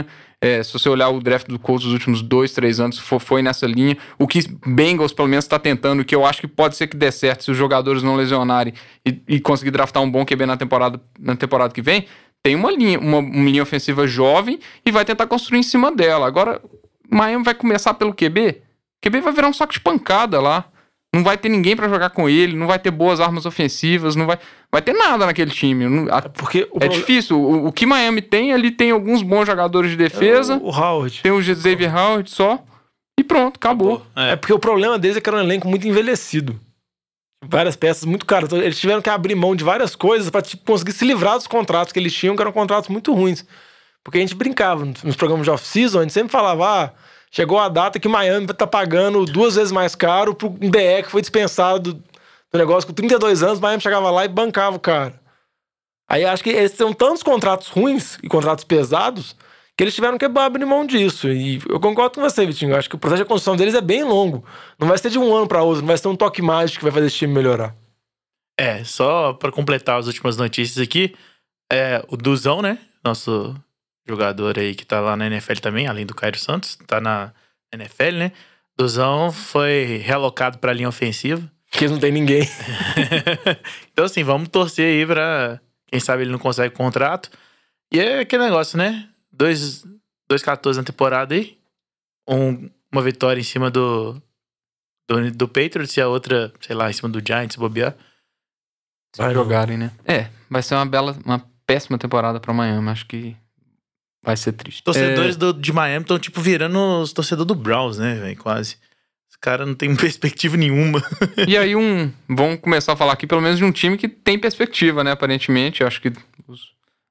É, se você olhar o draft do Colts dos últimos dois, três anos, foi, foi nessa linha. O que Bengals, pelo menos, está tentando, que eu acho que pode ser que dê certo se os jogadores não lesionarem e, e conseguir draftar um bom Q B na temporada, na temporada que vem, tem uma linha, uma, uma linha ofensiva jovem e vai tentar construir em cima dela. Agora, Miami vai começar pelo Q B. O Q B vai virar um saco de pancada lá. Não vai ter ninguém pra jogar com ele, não vai ter boas armas ofensivas, não vai, vai ter nada naquele time. Não, a, Porque o é pro- difícil. O, o que Miami tem, ele tem alguns bons jogadores de defesa, O Howard. tem o Xavier Howard só, e pronto, acabou. É. É. porque o problema deles é que era um elenco muito envelhecido. Várias peças muito caras. Então, eles tiveram que abrir mão de várias coisas pra tipo, conseguir se livrar dos contratos que eles tinham, que eram contratos muito ruins. Porque a gente brincava nos programas de off-season, a gente sempre falava, ah, chegou a data que Miami tá pagando duas vezes mais caro pro D E que foi dispensado do, do negócio com trinta e dois anos, Miami chegava lá e bancava o cara. Aí acho que eles têm tantos contratos ruins e contratos pesados que eles tiveram que abrir mão disso. E eu concordo com você, Vitinho. Eu acho que o processo de construção deles é bem longo. Não vai ser de um ano pra outro, não vai ser um toque mágico que vai fazer esse time melhorar. É, só pra completar as últimas notícias aqui, é, o Duzão, né? Nosso jogador aí que tá lá na N F L também, além do Cairo Santos, tá na N F L, né? Duzão foi realocado pra linha ofensiva. Porque não tem ninguém. Então, assim, vamos torcer aí pra... Quem sabe ele não consegue contrato. E é aquele negócio, né? dois quatorze na temporada aí. Um, uma vitória em cima do, do, do Patriots e a outra, sei lá, em cima do Giants, bobear. Se Vai jogarem, né? É, vai ser uma bela, uma péssima temporada pra Miami. Acho que vai ser triste. Torcedores É, do, de Miami estão, tipo, virando os torcedores do Browns, né, velho? Quase. Os caras não tem perspectiva nenhuma. E aí, um. Vamos começar a falar aqui, pelo menos, de um time que tem perspectiva, né? Aparentemente. Eu acho que os,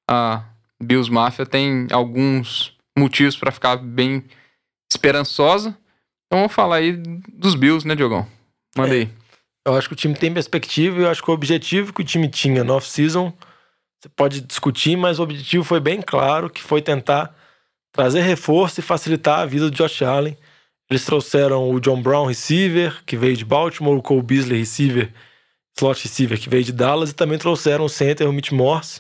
a Bills Mafia tem alguns motivos pra ficar bem esperançosa. Então vamos falar aí dos Bills, né, Diogão? Manda aí. Eu acho que o time tem perspectiva e eu acho que o objetivo que o time tinha no off-season, você pode discutir, mas o objetivo foi bem claro, que foi tentar trazer reforço e facilitar a vida do Josh Allen. Eles trouxeram o John Brown, receiver, que veio de Baltimore, o Cole Beasley, receiver, slot receiver, que veio de Dallas, e também trouxeram o center, o Mitch Morse.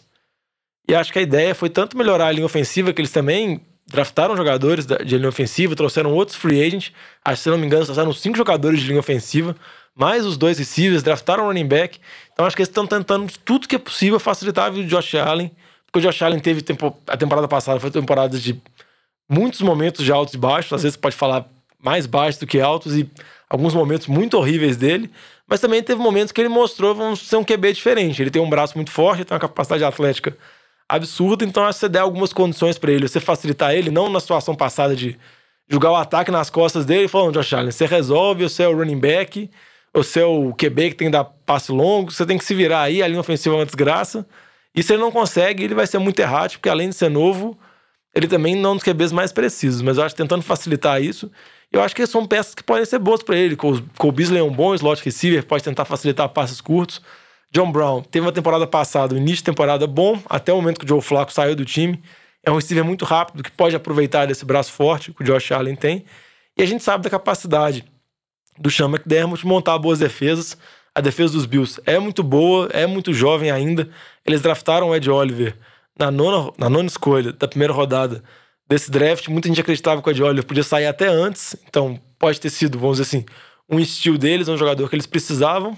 E acho que a ideia foi tanto melhorar a linha ofensiva, que eles também draftaram jogadores de linha ofensiva, trouxeram outros free agents, acho que, se não me engano, trouxeram cinco jogadores de linha ofensiva, mais os dois receivers, draftaram o running back. Então acho que eles estão tentando tudo que é possível facilitar a vida do Josh Allen, porque o Josh Allen teve tempo, a temporada passada foi temporada de muitos momentos de altos e baixos, às vezes pode falar mais baixos do que altos e alguns momentos muito horríveis dele, mas também teve momentos que ele mostrou vamos ser um Q B diferente. Ele tem um braço muito forte, tem uma capacidade atlética absurda, então acho que você der algumas condições pra ele, você facilitar ele, não na situação passada de jogar o ataque nas costas dele e falando, Josh Allen, você resolve, você é o running back, você é o Q B que tem que dar passe longo, você tem que se virar aí, a linha ofensiva é uma desgraça, e se ele não consegue, ele vai ser muito errático, porque além de ser novo, ele também não é um dos Q Bs mais precisos, mas eu acho que tentando facilitar isso, eu acho que são peças que podem ser boas pra ele. Cole Beasley é um bom slot receiver, pode tentar facilitar passes curtos. John Brown teve uma temporada passada, um início de temporada bom, até o momento que o Joe Flacco saiu do time. É um receiver muito rápido, que pode aproveitar desse braço forte que o Josh Allen tem. E a gente sabe da capacidade do Sean McDermott de montar boas defesas. A defesa dos Bills é muito boa, é muito jovem ainda. Eles draftaram o Ed Oliver na nona, na nona escolha da primeira rodada desse draft. Muita gente acreditava que o Ed Oliver podia sair até antes, então pode ter sido, vamos dizer assim, um steal deles, um jogador que eles precisavam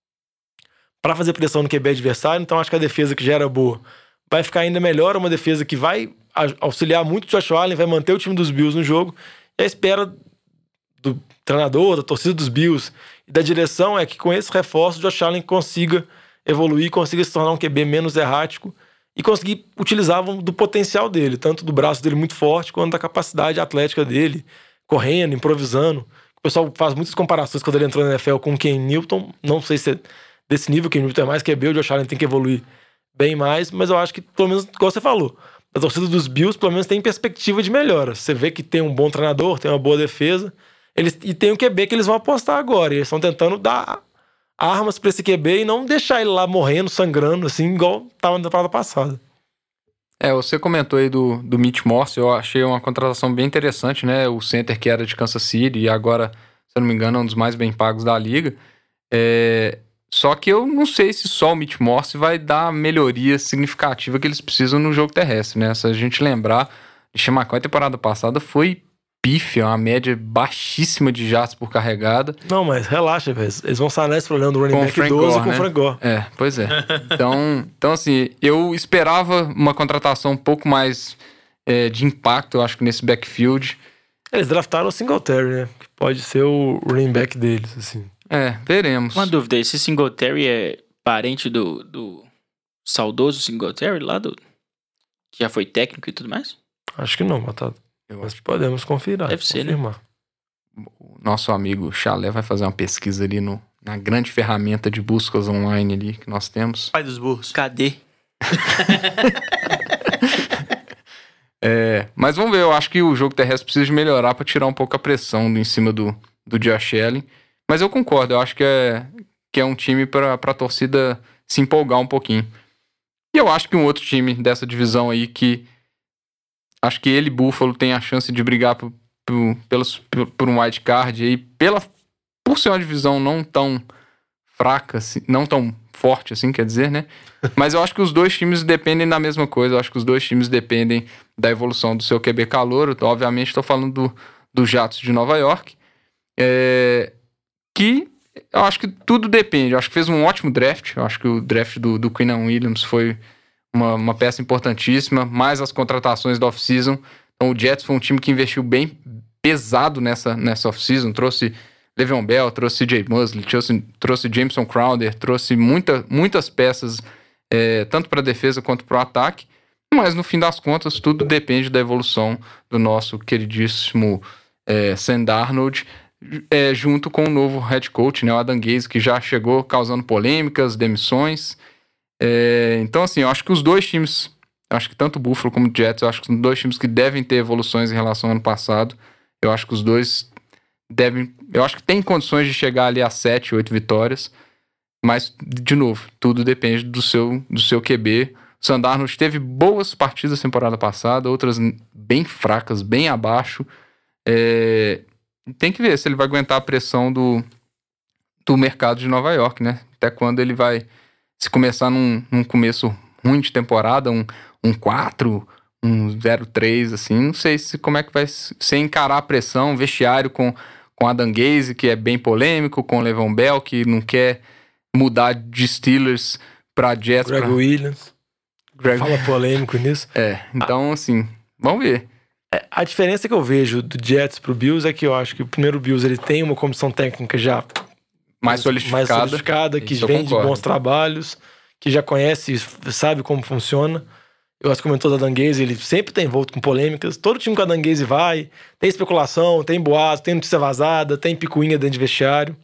para fazer pressão no Q B adversário. Então acho que a defesa, que já era boa, vai ficar ainda melhor, uma defesa que vai auxiliar muito o Josh Allen, vai manter o time dos Bills no jogo. E a espera do treinador, da torcida dos Bills e da direção é que com esse reforço o Josh Allen consiga evoluir, consiga se tornar um Q B menos errático e conseguir utilizar do potencial dele, tanto do braço dele muito forte, quanto da capacidade atlética dele, correndo, improvisando. O pessoal faz muitas comparações quando ele entrou na N F L com o Ken Newton. Não sei se é desse nível, Ken Newton é mais Q B, o Josh Allen tem que evoluir bem mais, mas eu acho que, pelo menos, igual você falou, a torcida dos Bills, pelo menos, tem perspectiva de melhora. Você vê que tem um bom treinador, tem uma boa defesa, eles, e tem o Q B que eles vão apostar agora, e eles estão tentando dar armas pra esse Q B e não deixar ele lá morrendo, sangrando, assim, igual tava na temporada passada. É, você comentou aí do, do Mitch Morse, eu achei uma contratação bem interessante, né? O center que era de Kansas City e agora, se eu não me engano, é um dos mais bem pagos da liga. É, só que eu não sei se só o Mitch Morse vai dar a melhoria significativa que eles precisam no jogo terrestre, né? Se a gente lembrar, LeSean McCoy, temporada passada, foi pífia, uma média baixíssima de jardas por carregada. Não, mas relaxa, velho. Eles vão sanar esse problema do running Com o back Frank doze Gore, com o né? Frank Gore. É, pois é. Então, então, assim, eu esperava uma contratação um pouco mais é, de impacto, eu acho que nesse backfield. Eles draftaram o Singletary, né? Que pode ser o running back deles, assim. É, veremos. Uma dúvida, esse Singletary é parente do, do saudoso Singletary lá do... que já foi técnico e tudo mais? Acho que não, Batata. Eu Mas podemos conferir. Deve ser, né? confirmar. O nosso amigo Chalé vai fazer uma pesquisa ali no, na grande ferramenta de buscas online ali que nós temos. Pai dos burros. Cadê? É, mas vamos ver, eu acho que o jogo terrestre precisa de melhorar para tirar um pouco a pressão do, em cima do, do Josh Allen. Mas eu concordo, eu acho que é, que é um time para a torcida se empolgar um pouquinho. E eu acho que um outro time dessa divisão aí que acho que ele, Buffalo, tem a chance de brigar por, por, pelos, por, por um wild card aí, pela, por ser uma divisão não tão fraca, assim, não tão forte assim, quer dizer, né? Mas eu acho que os dois times dependem da mesma coisa. Eu acho que os dois times dependem da evolução do seu Q B calouro. Obviamente, estou falando do, do Jatos de Nova York. É, que eu acho que tudo depende. Eu acho que fez um ótimo draft. Eu acho que o draft do, do Quinnen Williams foi uma, uma peça importantíssima. Mais as contratações da off-season. Então, o Jets foi um time que investiu bem pesado nessa, nessa off-season. Trouxe Le'Veon Bell, trouxe C J Mosley, trouxe, trouxe Jameson Crowder, trouxe muita, muitas peças, é, tanto para a defesa quanto para o ataque, mas no fim das contas tudo depende da evolução do nosso queridíssimo é, Sam Darnold, é, junto com o novo head coach, né, o Adam Gase, que já chegou causando polêmicas, demissões. É, então, assim, eu acho que os dois times, acho que tanto o Buffalo como o Jets, eu acho que são dois times que devem ter evoluções em relação ao ano passado. Eu acho que os dois devem, eu acho que tem condições de chegar ali a sete, oito vitórias, mas, de novo, tudo depende do seu, do seu Q B. O Sam Darnold teve boas partidas na temporada passada, outras bem fracas, bem abaixo. É, tem que ver se ele vai aguentar a pressão do, do mercado de Nova York, né? Até quando ele vai, se começar num, num começo ruim de temporada, um, um quatro, um zero três, assim, não sei se, como é que vai ser encarar a pressão, vestiário com com Adam Gase, que é bem polêmico, com o Le'Veon Bell, que não quer mudar de Steelers para Jets. Greg pra... Williams. Greg... Fala polêmico nisso. É, então assim, vamos ver. É, a diferença que eu vejo do Jets pro Bills é que eu acho que o primeiro Bills ele tem uma comissão técnica já Mais solidificada. mais solidificada, que Isso eu vem de concordo. bons trabalhos, que já conhece, sabe como funciona. Eu acho que comentou da Adam Gase, ele sempre tem envolto com polêmicas. Todo time que a Adam Gase vai, tem especulação, tem boato, tem notícia vazada, tem picuinha dentro de vestiário.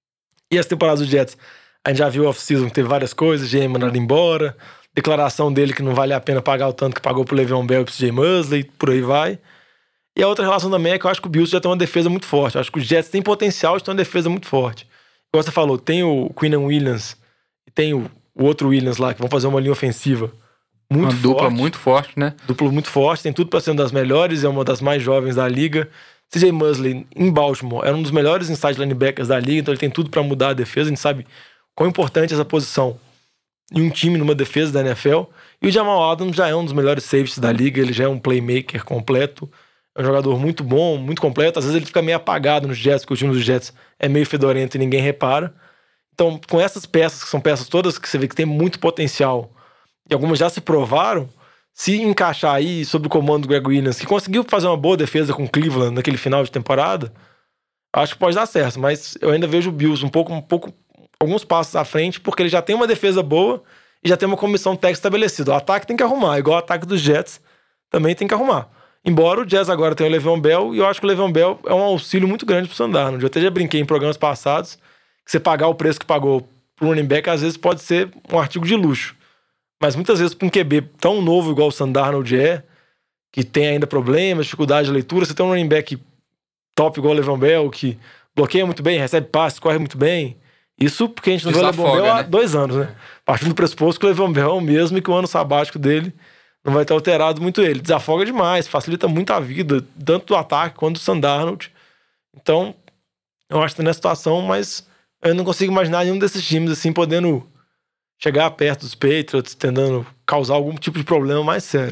E as temporadas do Jets, a gente já viu off-season que teve várias coisas, G M mandado embora, declaração dele que não vale a pena pagar o tanto que pagou pro Le'Veon Bell e pro C J Mosley, por aí vai. E a outra relação também é que eu acho que o Bills já tem uma defesa muito forte. Eu acho que o Jets tem potencial de ter uma defesa muito forte. Como você falou, tem o Quinnen Williams e tem o, o outro Williams lá, que vão fazer uma linha ofensiva muito uma forte. dupla muito forte, né? Duplo muito forte, tem tudo pra ser uma das melhores, é uma das mais jovens da liga. C J Mosley, em Baltimore, era um dos melhores inside linebackers da liga, então ele tem tudo pra mudar a defesa. A gente sabe quão importante é essa posição em um time, numa defesa da N F L. E o Jamal Adams já é um dos melhores safeties da liga, ele já é um playmaker completo, é um jogador muito bom, muito completo. Às vezes ele fica meio apagado nos Jets, porque o time dos Jets é meio fedorento e ninguém repara. Então, com essas peças, que são peças todas que você vê que tem muito potencial, e algumas já se provaram, se encaixar aí sob o comando do Greg Williams, que conseguiu fazer uma boa defesa com o Cleveland naquele final de temporada, acho que pode dar certo. Mas eu ainda vejo o Bills um pouco, um pouco, alguns passos à frente, porque ele já tem uma defesa boa e já tem uma comissão técnica estabelecida. O ataque tem que arrumar, igual o ataque dos Jets também tem que arrumar. Embora o Jazz agora tenha o Le'Veon Bell, e eu acho que o Le'Veon Bell é um auxílio muito grande pro Sam Darnold. Eu até já brinquei em programas passados que você pagar o preço que pagou pro running back, às vezes pode ser um artigo de luxo. Mas muitas vezes para um Q B tão novo igual o Sam Darnold é, que tem ainda problemas, dificuldade de leitura, você tem um running back top igual o Le'Veon Bell, que bloqueia muito bem, recebe passe, corre muito bem. Isso porque a gente não vê o Le'Veon Bell há dois anos, né? Partindo do pressuposto que o Le'Veon Bell é o mesmo e que o ano sabático dele não vai ter alterado muito ele. Desafoga demais, facilita muito a vida, tanto do ataque quanto do Sam Darnold. Então, eu acho que tá nessa situação, mas eu não consigo imaginar nenhum desses times assim podendo chegar perto dos Patriots, tentando causar algum tipo de problema mais sério.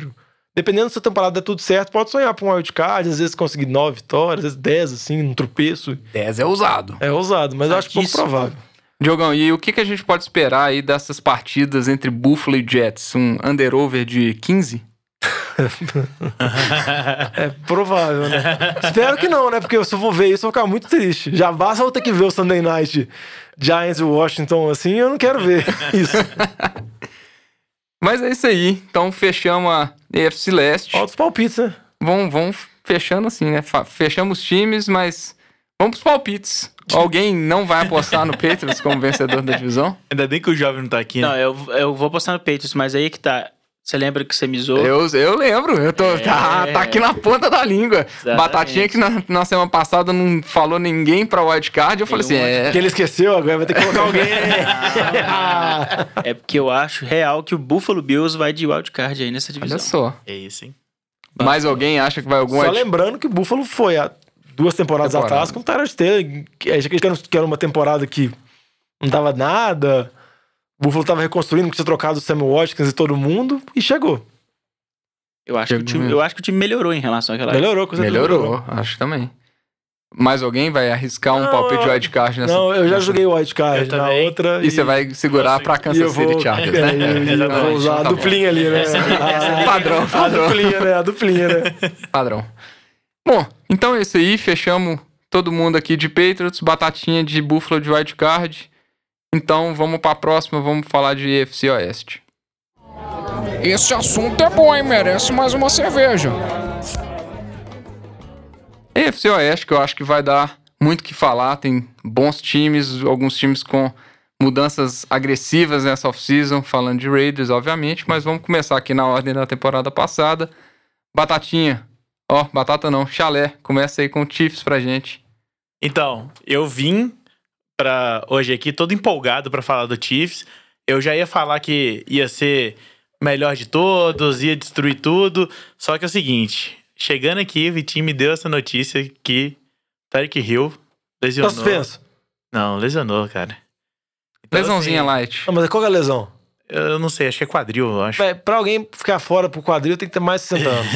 dependendo se a temporada der tudo certo, pode sonhar pra um wildcard, às vezes conseguir nove vitórias, às vezes dez, assim, num tropeço. dez é ousado. É ousado, mas eu acho pouco provável. Diogão, e o que, que a gente pode esperar aí dessas partidas entre Buffalo e Jets? Um under-over de quinze? É provável, né? Espero que não, né? Porque se eu for ver isso, eu vou ficar muito triste. Já basta eu ter que ver o Sunday Night Giants e Washington, assim, eu não quero ver isso. Mas é isso aí. Então fechamos a A F C Leste. Altos palpites, né? Vamos, vamos fechando assim, né? Fechamos os times, mas vamos pros palpites. Alguém não vai apostar no Patriots como vencedor da divisão? Ainda bem que o jovem não tá aqui, né? Não, eu, eu vou apostar no Patriots, mas aí que tá. Você lembra que você me zoou? Eu, eu lembro, eu tô, É. tá, tá aqui na ponta da língua. Exatamente. Batatinha que na, na semana passada não falou ninguém pra wildcard, eu falei assim, um é... Que ele esqueceu, agora vai ter que colocar alguém. É porque eu acho real que o Buffalo Bills vai de wildcard aí nessa divisão. Olha só. É isso, hein? Mais alguém acha que vai algum... Só wild- lembrando que o Buffalo foi há duas temporadas Temporada. atrás com o Tyrod Taylor. que- que que era uma temporada que não dava nada. O Buffalo tava reconstruindo, que tinha trocado o Sammy Watkins e todo mundo, e chegou. Eu acho, que o time, eu acho que o time melhorou em relação àquela época. Melhorou, com certeza Melhorou, acho também. Mais alguém vai arriscar um Não, palpite de eu- wildcard nessa... Não, eu já nessa- joguei o wildcard Eu na também. outra. E você vai segurar Nossa, pra e Kansas eu vou, City Chargers, é, né? eu- eu Exatamente. vou usar a Tá bom. duplinha ali, né? A- Padrão, A padrão. duplinha, né? A duplinha, né? Padrão. Bom, então é isso aí. Fechamos todo mundo aqui de Patriots, Batatinha de Buffalo de wildcard. Então vamos pra próxima, vamos falar de A F C Oeste. Esse assunto é bom, hein? Merece mais uma cerveja. A F C Oeste, que eu acho que vai dar muito o que falar. Tem bons times, alguns times com mudanças agressivas nessa off-season, falando de Raiders, obviamente, mas vamos começar aqui na ordem da temporada passada. Batatinha, ó, batata não, chalé, começa aí com o Chiefs pra gente. Então, eu vim pra hoje aqui todo empolgado pra falar do Chiefs. Eu já ia falar que ia ser melhor de todos, ia destruir tudo. Só que é o seguinte, chegando aqui, o Vitinho me deu essa notícia que Tyreek Hill Tá lesionou. suspenso. Não, lesionou, cara. Então, Lesãozinha assim, light. Não, mas qual que é a lesão? Eu não sei, acho que é quadril, eu acho. Véi, pra alguém ficar fora pro quadril tem que ter mais de sessenta anos.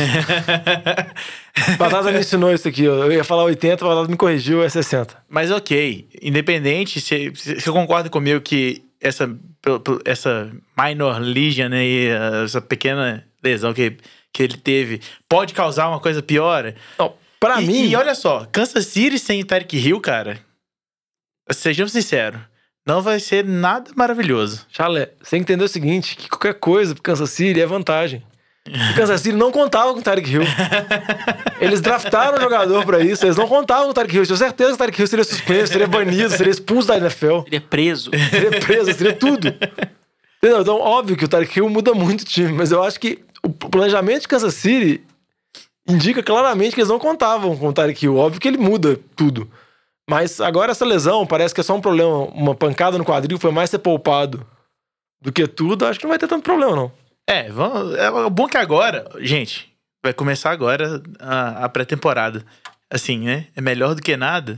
Batata me ensinou isso aqui. ó. Eu ia falar oitenta, o Batata me corrigiu, é sessenta. Mas ok, independente, você você concorda comigo que essa, pelo- pelo- essa minor lesion aí, essa pequena lesão que, que ele teve, pode causar uma coisa pior? Não, pra e, mim... E olha só, Kansas City sem Tyreek Hill, cara, sejamos sinceros, não vai ser nada maravilhoso. Chalé, você tem que entender o seguinte, que qualquer coisa pro Kansas City é vantagem. O Kansas City não contava com o Tyreek Hill. Eles draftaram um jogador pra isso, eles não contavam com o Tyreek Hill. Eu tenho certeza que o Tyreek Hill seria suspenso, seria banido, seria expulso da N F L. Ele é preso. Seria preso, seria tudo. Entendeu? Então, óbvio que o Tyreek Hill muda muito o time, mas eu acho que o planejamento de Kansas City indica claramente que eles não contavam com o Tyreek Hill. Óbvio que ele muda tudo. Mas agora essa lesão parece que é só um problema, uma pancada no quadril, foi mais ser poupado do que tudo. Acho que não vai ter tanto problema, não. É, vamos, é bom que agora, gente, vai começar agora a, a pré-temporada. Assim, né? É melhor do que nada.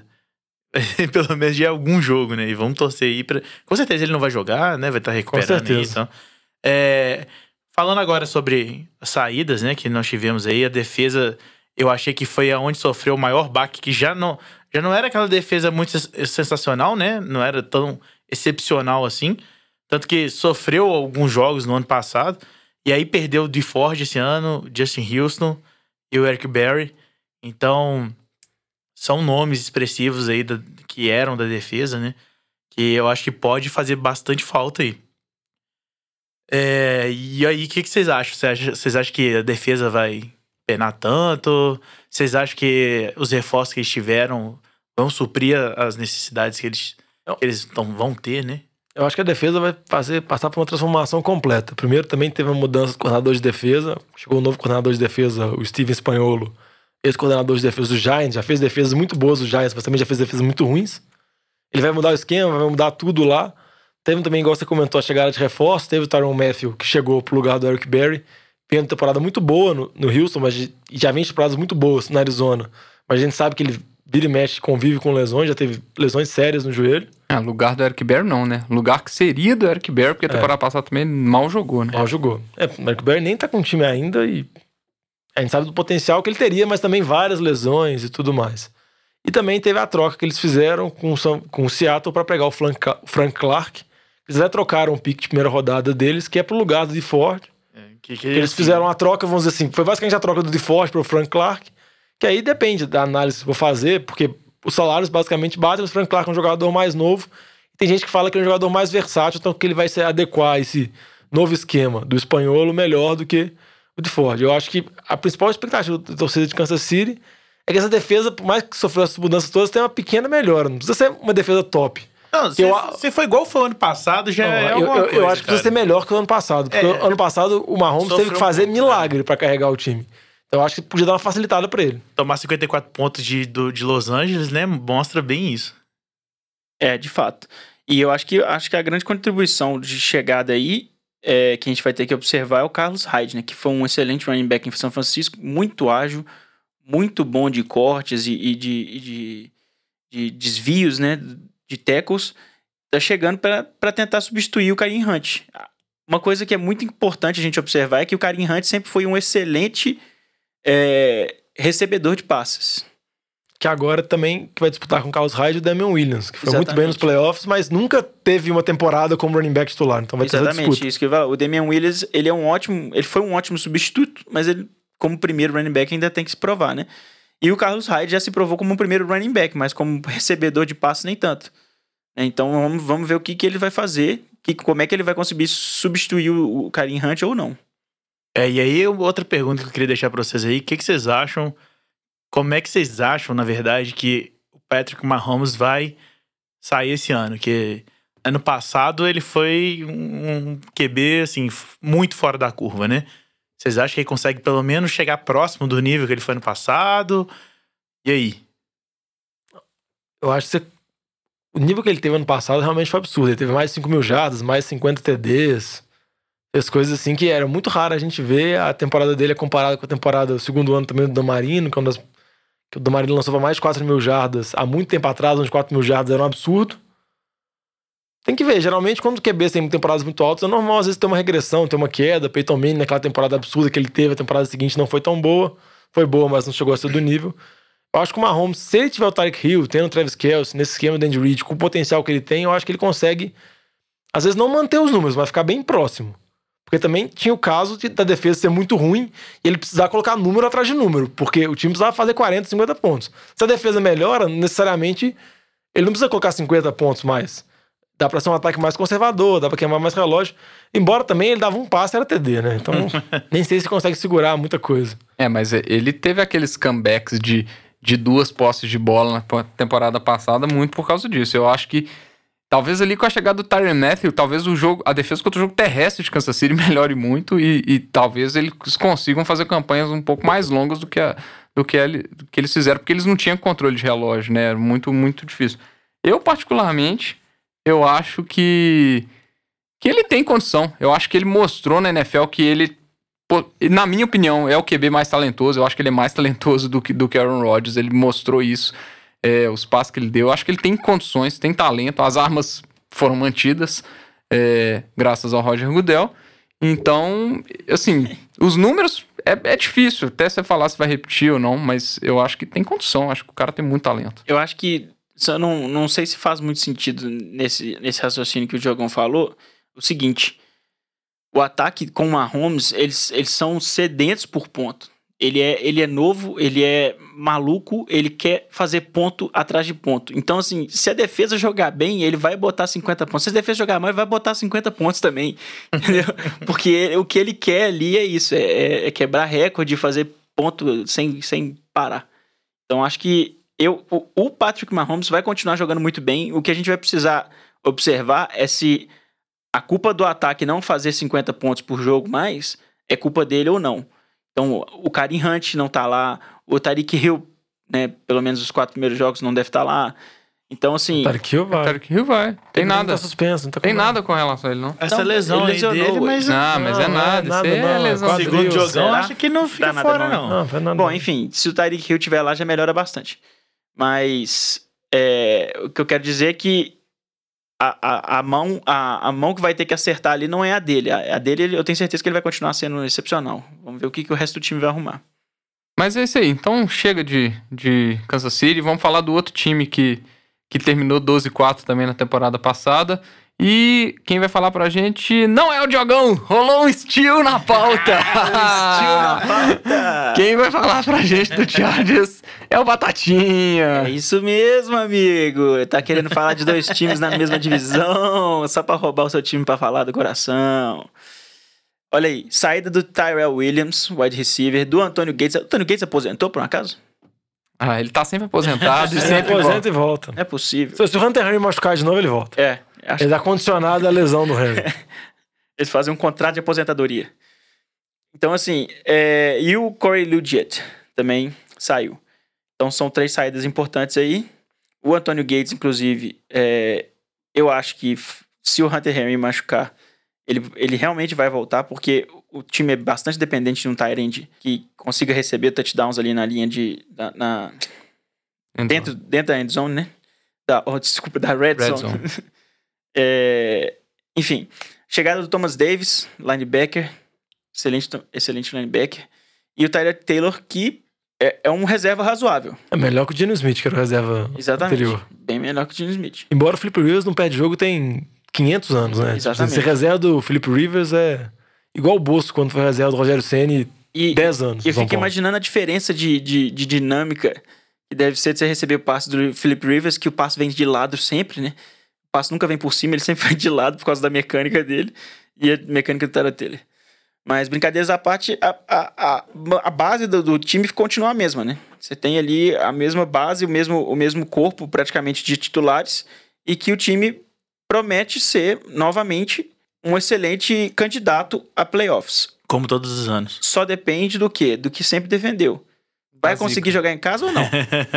Pelo menos de algum jogo, né? E vamos torcer aí pra... Com certeza ele não vai jogar, né? Vai estar recuperando certeza. aí, então. É, falando agora sobre as saídas, né? Que nós tivemos aí, a defesa, eu achei que foi aonde sofreu o maior baque, que já não, já não era aquela defesa muito sens- sensacional, né? Não era tão excepcional assim. Tanto que sofreu alguns jogos no ano passado. E aí perdeu o DeFord esse ano, Justin Houston e o Eric Berry. Então, são nomes expressivos aí da, que eram da defesa, né? Que eu acho que pode fazer bastante falta aí. É, e aí, o que, que vocês acham? Vocês acham? Vocês acham que a defesa vai penar tanto? Vocês acham que os reforços que eles tiveram vão suprir as necessidades que eles, que eles tão, vão ter, né? Eu acho que a defesa vai fazer, passar por uma transformação completa. Primeiro, também teve uma mudança de coordenador de defesa. Chegou um novo coordenador de defesa, o Steven Spagnuolo, ex-coordenador de defesa do Giants. Já fez defesas muito boas do Giants, mas também já fez defesas muito ruins. Ele vai mudar o esquema, vai mudar tudo lá. Teve também, igual você comentou, a chegada de reforço. Teve o Tyrann Mathieu, que chegou pro lugar do Eric Berry. Tem uma temporada muito boa no, no Houston, mas e já vem temporadas muito boas na Arizona. Mas a gente sabe que ele vira e mexe, convive com lesões. Já teve lesões sérias no joelho. É, lugar do Eric Berry não, né? Lugar que seria do Eric Berry, porque a temporada passada também mal jogou, né? Mal jogou. É, o Eric Berry nem tá com o time ainda e A gente sabe do potencial que ele teria, mas também várias lesões e tudo mais. E também teve a troca que eles fizeram com o, São, com o Seattle para pegar o Frank, Frank Clark. Eles já trocaram um pick de primeira rodada deles, que é pro lugar do DeFord. É, que, que eles assim, fizeram a troca, vamos dizer assim, foi basicamente a troca do DeFord pro Frank Clark, que aí depende da análise que eu vou fazer, porque os salários basicamente batem, o Frank Clark é um jogador mais novo. E tem gente que fala que é um jogador mais versátil, então que ele vai se adequar a esse novo esquema do espanholo melhor do que o DeFord. Eu acho que a principal expectativa da torcida de Kansas City é que essa defesa, por mais que sofreu essas mudanças todas, tem uma pequena melhora. Não precisa ser uma defesa top. Não, se, eu, se foi igual foi o ano passado, já não, é alguma eu, eu, coisa, eu acho que precisa ser melhor que o ano passado. Porque é, ano passado o Mahomes sofreu teve que fazer um milagre para carregar o time. Então eu acho que podia dar uma facilitada para ele. Tomar cinquenta e quatro pontos de, do, de Los Angeles, né, mostra bem isso. É, de fato. E eu acho que, acho que a grande contribuição de chegada aí é, que a gente vai ter que observar é o Carlos Hyde, né, que foi um excelente running back em São Francisco, muito ágil, muito bom de cortes e, e, de, e de, de desvios, né, de tackles. Tá chegando para tentar substituir o Kareem Hunt. Uma coisa que é muito importante a gente observar é que o Kareem Hunt sempre foi um excelente é, recebedor de passes. Que agora também que vai disputar com o Carlos Hyde e o Damian Williams, que foi Exatamente. muito bem nos playoffs, mas nunca teve uma temporada como running back titular. Então vai ter essa disputa. Exatamente, isso que eu ia falar. O Damian Williams, ele é um ótimo, ele foi um ótimo substituto, mas ele, como primeiro running back, ainda tem que se provar, né? E o Carlos Hyde já se provou como um primeiro running back, mas como recebedor de passes nem tanto. Então vamos, vamos ver o que, que ele vai fazer, que, como é que ele vai conseguir substituir o, o Kareem Hunt ou não. É, e aí outra pergunta que eu queria deixar para vocês aí, o que, que vocês acham, como é que vocês acham, na verdade, que o Patrick Mahomes vai sair esse ano? Que ano passado ele foi um Q B, assim, muito fora da curva, né? Vocês acham que ele consegue pelo menos chegar próximo do nível que ele foi ano passado? E aí? Eu acho que você... o nível que ele teve ano passado realmente foi absurdo. Ele teve mais de cinco mil jardas, mais de cinquenta T Ds. As coisas assim que era muito raro a gente ver. A temporada dele é comparada com a temporada, o segundo ano também do Dan Marino, que, é uma das, que o Dan Marino lançou para mais de quatro mil jardas há muito tempo atrás, onde quatro mil jardas era um absurdo. Tem que ver, geralmente quando o Q B tem temporadas muito altas, é normal às vezes ter uma regressão, ter uma queda. Peyton Manning naquela temporada absurda que ele teve, a temporada seguinte não foi tão boa. Foi boa, mas não chegou a ser do nível. Eu acho que o Mahomes, se ele tiver o Tyreek Hill, tendo o Travis Kelce, nesse esquema do Andy Reid, com o potencial que ele tem, eu acho que ele consegue, às vezes, não manter os números, mas ficar bem próximo. Porque também tinha o caso de, da defesa ser muito ruim e ele precisar colocar número atrás de número, porque o time precisava fazer quarenta, cinquenta pontos. Se a defesa melhora, necessariamente, ele não precisa colocar cinquenta pontos mais. Dá pra ser um ataque mais conservador, dá pra queimar mais relógio. Embora também ele dava um passe, era T D, né? Então, nem sei se consegue segurar muita coisa. É, mas ele teve aqueles comebacks de... de duas posses de bola na temporada passada, muito por causa disso. Eu acho que talvez ali com a chegada do Tyrann Mathieu, talvez o jogo, a defesa contra o jogo terrestre de Kansas City melhore muito e, e talvez eles consigam fazer campanhas um pouco mais longas do que, a, do, que a, do que eles fizeram, porque eles não tinham controle de relógio, né? Era muito, muito difícil. Eu, particularmente, eu acho que, que ele tem condição. Eu acho que ele mostrou na N F L que ele, na minha opinião, é o Q B mais talentoso. Eu acho que ele é mais talentoso do que, do que Aaron Rodgers. Ele mostrou isso, é, os passos que ele deu. Eu acho que ele tem condições, tem talento. As armas foram mantidas, é, graças ao Roger Goodell. Então, assim, os números é, é difícil até você falar se vai repetir ou não, mas eu acho que tem condição. Acho que o cara tem muito talento. Eu acho que, eu não, não sei se faz muito sentido nesse, nesse raciocínio que o Diogão falou, o seguinte... O ataque com o Mahomes, eles, eles são sedentos por ponto. Ele é, ele é novo, ele é maluco, ele quer fazer ponto atrás de ponto. Então, assim, se a defesa jogar bem, ele vai botar cinquenta pontos. Se a defesa jogar mal, ele vai botar cinquenta pontos também. Entendeu? Porque ele, o que ele quer ali é isso, é, é quebrar recorde, fazer ponto sem, sem parar. Então, acho que eu, o, o Patrick Mahomes vai continuar jogando muito bem. O que a gente vai precisar observar é se... a culpa do ataque não fazer cinquenta pontos por jogo mais é culpa dele ou não. Então, o Kareem Hunt não tá lá, o Tyreek Hill, né, pelo menos os quatro primeiros jogos não deve estar tá lá. Então, assim... O Tyreek Hill vai. O Tyreek Hill vai. Tem, tem nada. Tá suspenso, não tá tem com nada com relação a ele, não. Essa então, lesão aí dele, mas... Não, mas é nada. nada, Isso é não, lesão. quadril, Segundo o Diogão, será? acho que não fica Dá nada fora, não. não. Não, foi nada. Bom, enfim, se o Tyreek Hill estiver lá, já melhora bastante. Mas é, o que eu quero dizer é que a, a, a, mão, a, a mão que vai ter que acertar ali não é a dele. A, a dele, eu tenho certeza que ele vai continuar sendo excepcional. Vamos ver o que, que o resto do time vai arrumar. Mas é isso aí. Então chega de, de Kansas City. Vamos falar do outro time que, que terminou doze a quatro também na temporada passada. E quem vai falar pra gente não é o Diogão. Rolou um steal na pauta. Steal na pauta. Quem vai falar pra gente do Chargers é o Batatinha. É isso mesmo, amigo. Tá querendo falar de dois times na mesma divisão, só pra roubar o seu time pra falar do coração. Olha aí, saída do Tyrell Williams, wide receiver, do Antônio Gates. O Antônio Gates aposentou, por um acaso? Ah, ele tá sempre aposentado e Ele sempre aposenta volta. e volta. Não é possível. Se, se o Hunter Henry machucar de novo, ele volta. É, acho Ele tá condicionado à lesão do Henry. Eles fazem um contrato de aposentadoria. Então, assim, é... e o Corey Liuget também saiu. Então, são três saídas importantes aí. O Antônio Gates, inclusive, é... eu acho que f- se o Hunter Henry machucar, ele, ele realmente vai voltar, porque o time é bastante dependente de um tight end que consiga receber touchdowns ali na linha de... Na, na... Então, Dentro, dentro da end zone, né? Da, oh, desculpa, da red, Red zone. zone. É, enfim, chegada do Thomas Davis, linebacker, excelente, excelente linebacker, e o Tyler Taylor, que é, é um reserva razoável. É melhor que o Geno Smith, que era o reserva Exatamente. anterior. Bem melhor que o Gene Smith. Embora o Felipe Rivers não perde jogo tem quinhentos anos, né? Exatamente. Ser reserva do Felipe Rivers é igual o Bosco quando foi reserva do Rogério Ceni E dez anos. eu no São fico Paulo. imaginando a diferença de, de, de dinâmica que deve ser de você receber o passe do Philip Rivers, que o passe vem de lado sempre, né? O passe nunca vem por cima, ele sempre vem de lado por causa da mecânica dele e a mecânica do Tyler Taylor. Mas, brincadeiras à parte, a, a, a, a base do, do time continua a mesma, né? Você tem ali a mesma base, o mesmo, o mesmo corpo praticamente de titulares e que o time promete ser, novamente, um excelente candidato a playoffs. Como todos os anos. Só depende do quê? Do que sempre defendeu. Vai Da conseguir zica. jogar em casa ou não?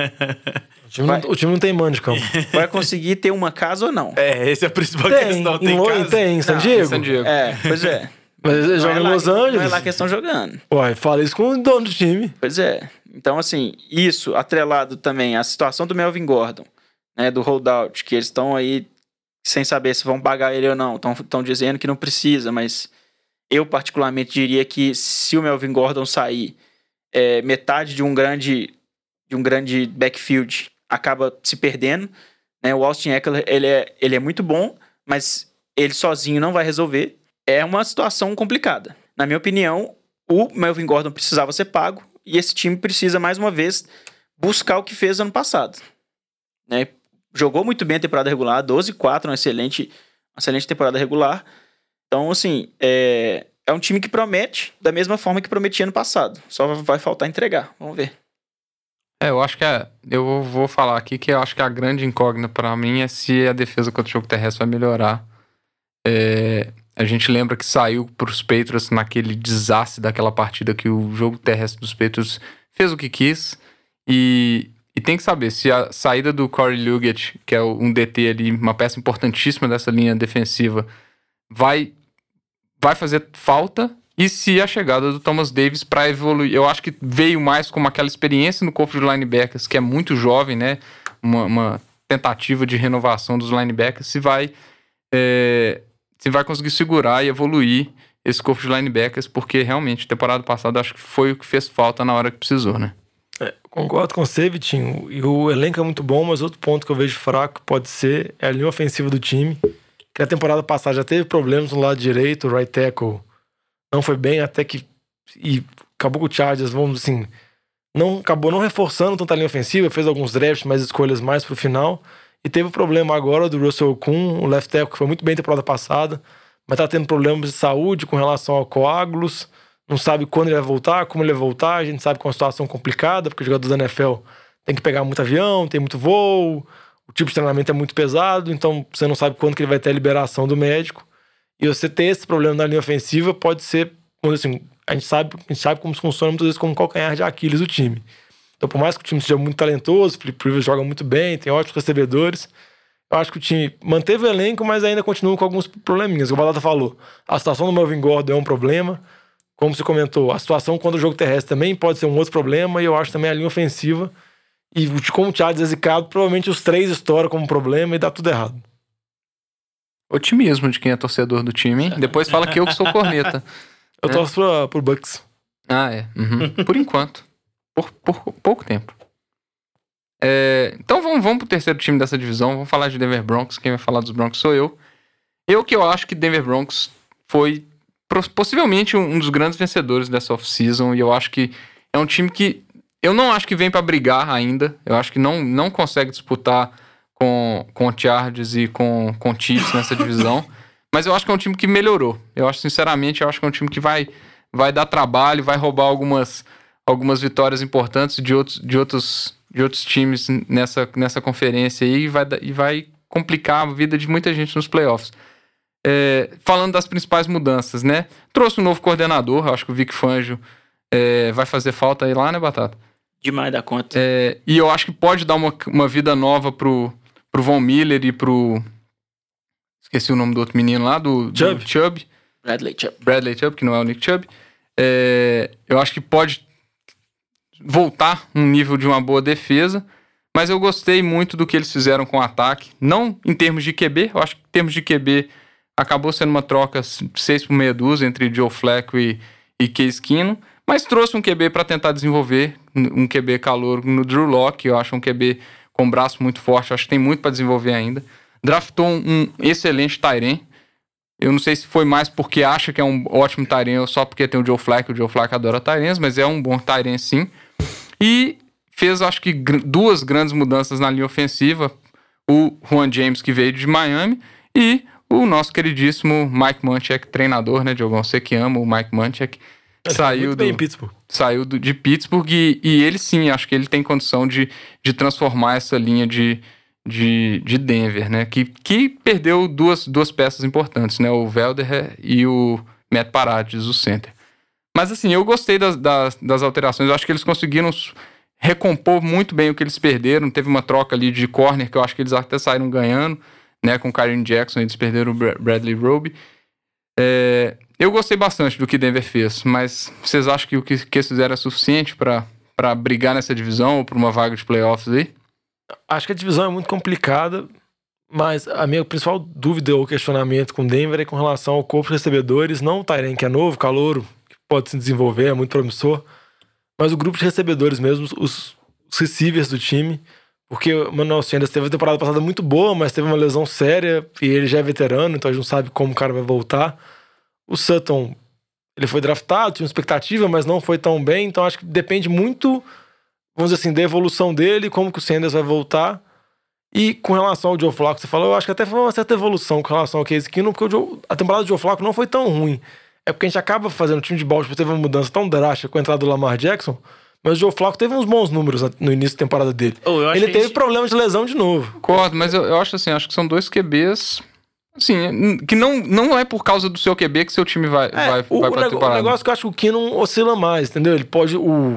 O time, Vai. não, o time não tem mano de campo. Vai conseguir ter uma casa ou não? É, essa é a principal Tem, questão. em Tem Lo- casa? tem, em San Não, Diego. San Diego. É, pois é. Mas ele Não joga é em lá- Los Não é Angeles. lá que eles estão jogando. Uai, fala isso com o dono do time. Pois é. Então, assim, isso atrelado também à situação do Melvin Gordon, né, do holdout, que eles estão aí sem saber se vão pagar ele ou não. Estão dizendo que não precisa, mas eu particularmente diria que se o Melvin Gordon sair, é, metade de um grande de um grande backfield acaba se perdendo, né? O Austin Eckler, ele é, ele é muito bom, mas ele sozinho não vai resolver. É uma situação complicada. Na minha opinião, o Melvin Gordon precisava ser pago e esse time precisa, mais uma vez, buscar o que fez ano passado. Né? Jogou muito bem a temporada regular, doze a quatro, uma excelente, uma excelente temporada regular. Então, assim, é, é um time que promete da mesma forma que prometia ano passado. Só vai faltar entregar. Vamos ver. É, eu acho que é, eu vou falar aqui que eu acho que a grande incógnita pra mim é se a defesa contra o jogo terrestre vai melhorar. É, a gente lembra que saiu pros Patriots naquele desastre daquela partida que o jogo terrestre dos Patriots fez o que quis. E, e tem que saber se a saída do Corey Liuget, que é um D T ali, uma peça importantíssima dessa linha defensiva, vai, vai fazer falta. E se a chegada do Thomas Davis para evoluir, eu acho que veio mais como aquela experiência no corpo de linebackers, que é muito jovem, né? Uma, uma tentativa de renovação dos linebackers, se vai, é, se vai conseguir segurar e evoluir esse corpo de linebackers, porque realmente, temporada passada, acho que foi o que fez falta na hora que precisou, né? É, concordo com você, Vitinho. E o elenco é muito bom, mas outro ponto que eu vejo fraco pode ser é a linha ofensiva do time. Que na temporada passada já teve problemas no lado direito, o right tackle não foi bem, até que e acabou com o Chargers, vamos assim, não, acabou não reforçando tanto a linha ofensiva, fez alguns drafts, mais escolhas mais pro final, e teve o problema agora do Russell Okung, o left tackle, que foi muito bem na temporada passada, mas tá tendo problemas de saúde com relação a coágulos, não sabe quando ele vai voltar, como ele vai voltar, a gente sabe que é uma situação complicada, porque o jogador da N F L tem que pegar muito avião, tem muito voo, o tipo de treinamento é muito pesado, então você não sabe quando que ele vai ter a liberação do médico. E você ter esse problema na linha ofensiva pode ser, assim, a gente sabe, a gente sabe como isso funciona muitas vezes como calcanhar de Aquiles do time. Então, por mais que o time seja muito talentoso, o Philip Rivers joga muito bem, tem ótimos recebedores, eu acho que o time manteve o elenco, mas ainda continua com alguns probleminhas. O Balata falou, a situação do Melvin Gordon é um problema, como você comentou, a situação contra o jogo terrestre também pode ser um outro problema, e eu acho também a linha ofensiva, e como o Chargers é zicado, provavelmente os três estouram como problema e dá tudo errado. Otimismo de quem é torcedor do time, hein? Depois fala que eu que sou corneta. Eu torço pra, pro Bucks. Ah, é. Uhum. Por enquanto. por, por pouco tempo. É, então vamos, vamos pro terceiro time dessa divisão. Vamos falar de Denver Broncos. Quem vai falar dos Broncos sou eu. Eu que eu acho que Denver Broncos foi possivelmente um dos grandes vencedores dessa off-season. E eu acho que é um time que eu não acho que vem para brigar ainda. Eu acho que não, não consegue disputar com, com o Chargers e com, com o Chiefs nessa divisão. Mas eu acho que é um time que melhorou. Eu acho, sinceramente, eu acho que é um time que vai, vai dar trabalho, vai roubar algumas, algumas vitórias importantes de outros, de outros, de outros times nessa, nessa conferência aí e vai, e vai complicar a vida de muita gente nos playoffs. É, falando das principais mudanças, né? Trouxe um novo coordenador, eu acho que o Vic Fangio é, vai fazer falta aí lá, né, Batata? Demais da conta. É, e eu acho que pode dar uma, uma vida nova pro, pro Von Miller e pro... Esqueci o nome do outro menino lá, do, do Chubb. Chubb. Bradley Chubb. Bradley Chubb, que não é o Nick Chubb. É, eu acho que pode voltar um nível de uma boa defesa, mas eu gostei muito do que eles fizeram com o ataque. Não em termos de Q B, eu acho que em termos de Q B acabou sendo uma troca seis por meia dúzia entre Joe Flacco e, e Case Keenum, mas trouxe um Q B para tentar desenvolver, um Q B calouro no Drew Lock. Eu acho um Q B com um braço muito forte, eu acho que tem muito para desenvolver ainda. Draftou um, um excelente tight end. Eu não sei se foi mais porque acha que é um ótimo tight end ou só porque tem o Joe Flacco. O Joe Flacco adora tight ends, mas é um bom tight end sim. E fez, acho que, gr- duas grandes mudanças na linha ofensiva. O Juan James, que veio de Miami, e o nosso queridíssimo Mike Munchak, treinador, né, Diogão? Você que ama o Mike Munchak. Ele Saiu muito do, bem em Pittsburgh. Saiu do, de Pittsburgh e, e ele sim, acho que ele tem condição de, de transformar essa linha de... De, de Denver, né? Que, que perdeu duas, duas peças importantes, né? O Velder e o Matt Paradis, o center. Mas assim, eu gostei das, das, das alterações. Eu acho que eles conseguiram recompor muito bem o que eles perderam. Teve uma troca ali de corner que eu acho que eles até saíram ganhando, né? Com o Kyren Jackson, eles perderam o Bradley Roby. É, eu gostei bastante do que Denver fez, mas vocês acham que o que, que eles fizeram é suficiente para para brigar nessa divisão ou para uma vaga de playoffs aí? Acho que a divisão é muito complicada, mas a minha principal dúvida ou questionamento com Denver é com relação ao corpo de recebedores, não o Tyren, que é novo, calouro, que pode se desenvolver, é muito promissor, mas o grupo de recebedores mesmo, os, os receivers do time, porque o Manuel Sanders teve a temporada passada muito boa, mas teve uma lesão séria e ele já é veterano, então a gente não sabe como o cara vai voltar. O Sutton, ele foi draftado, tinha uma expectativa, mas não foi tão bem, então acho que depende muito... vamos dizer assim, da evolução dele, como que o Sanders vai voltar. E com relação ao Joe Flacco, você falou, eu acho que até foi uma certa evolução com relação ao Case Keenum, porque o Joe, a temporada do Joe Flacco não foi tão ruim. É porque a gente acaba fazendo o time de Baltimore, teve uma mudança tão drástica com a entrada do Lamar Jackson, mas o Joe Flacco teve uns bons números no início da temporada dele. Oh, eu acho ele que teve gente... problema de lesão de novo. Concordo, mas eu, eu acho assim, acho que são dois Q Bs... Assim, que não, não é por causa do seu Q B que seu time vai, É, vai, o, vai o, pra nego, o temporada. negócio que eu acho que o Keenum oscila mais, entendeu? Ele pode... O,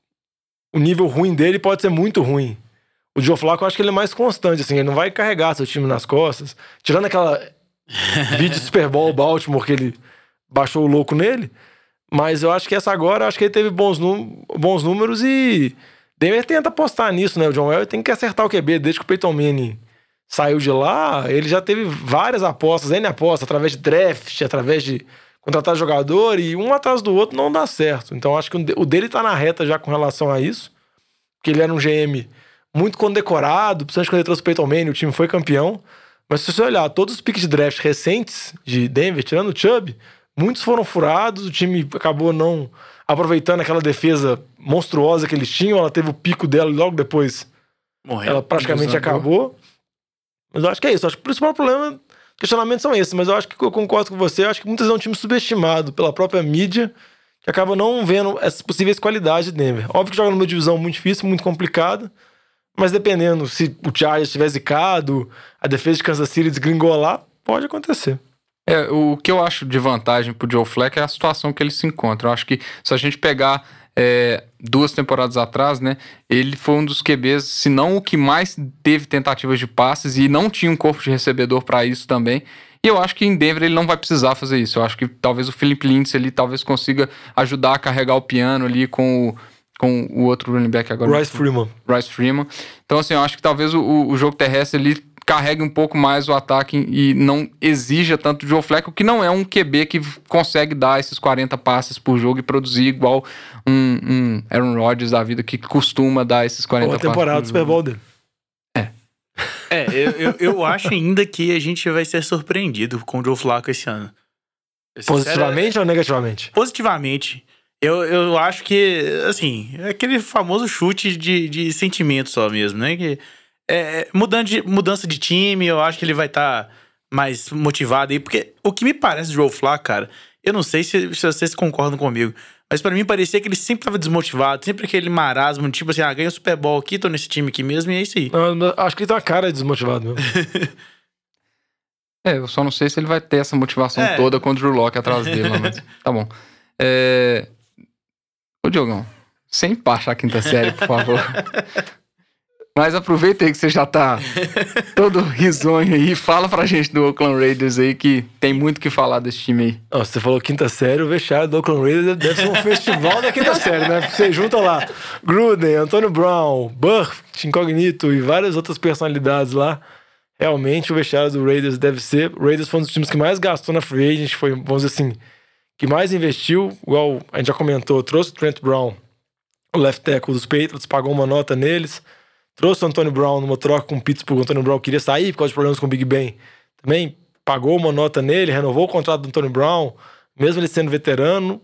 o nível ruim dele pode ser muito ruim. O Joe Flacco, eu acho que ele é mais constante, assim, ele não vai carregar seu time nas costas. Tirando aquela vídeo Super Bowl Baltimore que ele baixou o louco nele. Mas eu acho que essa agora, acho que ele teve bons, num, bons números e Denver tenta apostar nisso, né? O John Elway tem que acertar o Q B. Desde que o Peyton Manning saiu de lá, ele já teve várias apostas, N apostas, através de draft, através de contratar jogador, e um atrás do outro não dá certo. Então acho que o dele tá na reta já com relação a isso, porque ele era um G M muito condecorado, principalmente quando ele trouxe o Peyton Manning, o time foi campeão. Mas se você olhar todos os piques de draft recentes de Denver, tirando o Chubb, muitos foram furados, o time acabou não aproveitando aquela defesa monstruosa que eles tinham, ela teve o pico dela e logo depois Morreu. ela praticamente Desandou. acabou. Mas eu acho que é isso. Eu acho que o principal problema, questionamentos são esses, mas eu acho que eu concordo com você, eu acho que muitas vezes é um time subestimado pela própria mídia, que acaba não vendo essas possíveis qualidades de Denver. Óbvio que joga numa divisão muito difícil, muito complicada, mas dependendo se o Chargers estiver zicado, a defesa de Kansas City desgringolar, pode acontecer. É, o que eu acho de vantagem pro Joe Flacco é a situação que ele se encontra. Eu acho que se a gente pegar é, duas temporadas atrás, né, ele foi um dos Q Bs, se não o que mais teve tentativas de passes, e não tinha um corpo de recebedor para isso também. E eu acho que em Denver ele não vai precisar fazer isso. Eu acho que talvez o Philip Lindsay ali talvez consiga ajudar a carregar o piano ali com o, com o outro running back agora. Royce Freeman. Royce Freeman. Então, assim, eu acho que talvez o, o jogo terrestre ali carregue um pouco mais o ataque e não exija tanto de Joe Flacco, que não é um Q B que consegue dar esses quarenta passes por jogo e produzir igual um, um Aaron Rodgers da vida, que costuma dar esses quarenta passes por jogo. Uma temporada do Super Bowl dele. É, eu, eu, eu acho ainda que a gente vai ser surpreendido com o Joe Flacco esse ano. Positivamente Sincero, ou negativamente? Positivamente. Eu, eu acho que, assim, é aquele famoso chute de, de sentimento só mesmo, né? Que é, mudando de, mudança de time, eu acho que ele vai estar tá mais motivado aí. Porque o que me parece do Joe Flacco, cara, eu não sei se, se vocês concordam comigo, mas pra mim parecia que ele sempre tava desmotivado, sempre aquele marasmo, tipo assim, ah, ganha o Super Bowl aqui, tô nesse time aqui mesmo, e é isso aí. Não, acho que ele tem uma cara de desmotivado mesmo. É, eu só não sei se ele vai ter essa motivação É. toda com o Drew Lock atrás dele, mas tá bom. É... Ô, Diogão, sem baixar a quinta série, por favor. Mas aproveita aí que você já tá todo risonho aí. Fala pra gente do Oakland Raiders aí, que tem muito o que falar desse time aí. Não, você falou quinta série, o vestiário do Oakland Raiders deve ser um festival da quinta série, né? Porque você junta lá Gruden, Antonio Brown, Burke, Incognito e várias outras personalidades lá. Realmente o vestiário do Raiders deve ser... O Raiders foi um dos times que mais gastou na free agent, foi, vamos dizer assim, que mais investiu. Igual a gente já comentou, trouxe o Trent Brown, o left tackle dos Patriots, pagou uma nota neles. Trouxe o Antonio Brown numa troca com o Pittsburgh. O Antonio Brown queria sair por causa de problemas com o Big Ben. Também pagou uma nota nele, renovou o contrato do Antonio Brown, mesmo ele sendo veterano.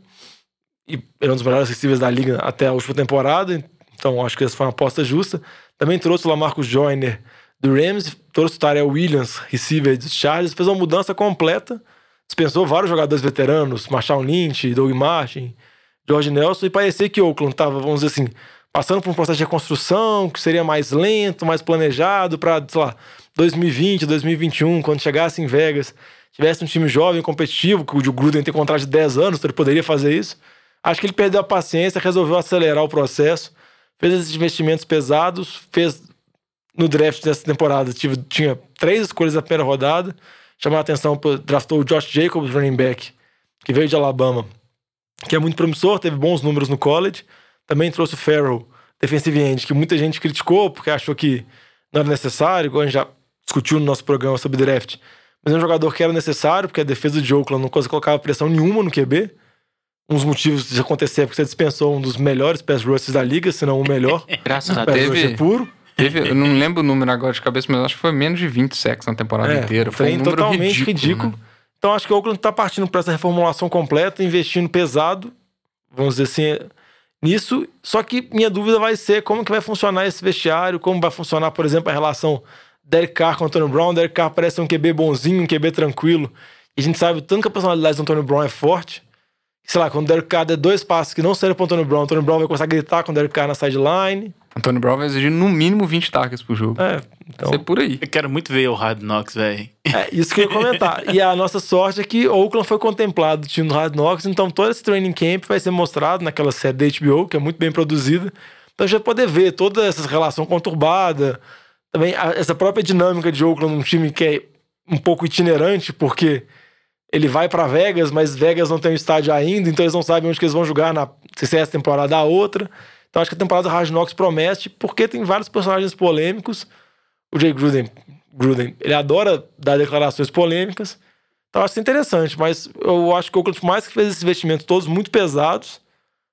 E ele é um dos melhores receivers da liga até a última temporada. Então acho que essa foi uma aposta justa. Também trouxe o Lamarcus Joyner do Rams, trouxe o Tyrell Williams, receiver dos Chargers. Fez uma mudança completa. Dispensou vários jogadores veteranos, Marshawn Lynch, Doug Martin, George Nelson. E parecia que Oakland estava, vamos dizer assim, passando por um processo de reconstrução que seria mais lento, mais planejado para, sei lá, dois mil e vinte, dois mil e vinte e um, quando chegasse em Vegas, tivesse um time jovem, competitivo, que o Gruden tem contrato de dez anos, então ele poderia fazer isso. Acho que ele perdeu a paciência, resolveu acelerar o processo, fez esses investimentos pesados, fez no draft dessa temporada, tive, tinha três escolhas na primeira rodada, chamou a atenção, draftou o Josh Jacobs, running back, que veio de Alabama, que é muito promissor, teve bons números no college. Também trouxe o Farrell, defensive end, que muita gente criticou porque achou que não era necessário, igual a gente já discutiu no nosso programa sobre draft. Mas é um jogador que era necessário, porque a defesa de Oakland não colocava pressão nenhuma no Q B. Um dos motivos disso acontecer é porque você dispensou um dos melhores pass rushers da liga, se não o melhor. Graças a Deus. Deus. Pass rusher puro. Teve, eu não lembro o número agora de cabeça, mas acho que foi menos de vinte sacks na temporada É, inteira. Foi um número totalmente ridículo. ridículo. Né? Então acho que o Oakland está partindo para essa reformulação completa, investindo pesado, vamos dizer assim, nisso. Só que minha dúvida vai ser como que vai funcionar esse vestiário, como vai funcionar, por exemplo, a relação Derek Carr com o Antonio Brown. Derek Carr parece um Q B bonzinho, um Q B tranquilo. E a gente sabe o tanto que a personalidade do Antonio Brown é forte. Sei lá, quando o Derek Carr der dois passos que não serão pro Antonio Brown, o Antonio Brown vai começar a gritar com o Derek Carr na sideline. Antônio Brown vai exigir no mínimo vinte targets por jogo. É, então... Vai ser por aí. Eu quero muito ver o Hard Knocks, velho. É, isso que eu ia comentar. E a nossa sorte é que Oakland foi contemplado do time do Hard Knocks, então todo esse training camp vai ser mostrado naquela série da H B O, que é muito bem produzida. Então a gente vai poder ver toda essa relação conturbada, também a, essa própria dinâmica de Oakland, um time que é um pouco itinerante, porque ele vai pra Vegas, mas Vegas não tem um estádio ainda, então eles não sabem onde que eles vão jogar, na, se é essa temporada ou a outra. Então acho que a temporada do Hard Knocks promete, porque tem vários personagens polêmicos. O Jay Gruden, Gruden, ele adora dar declarações polêmicas. Então acho isso interessante, mas eu acho que o Oakland, por mais que fez esses investimentos todos muito pesados,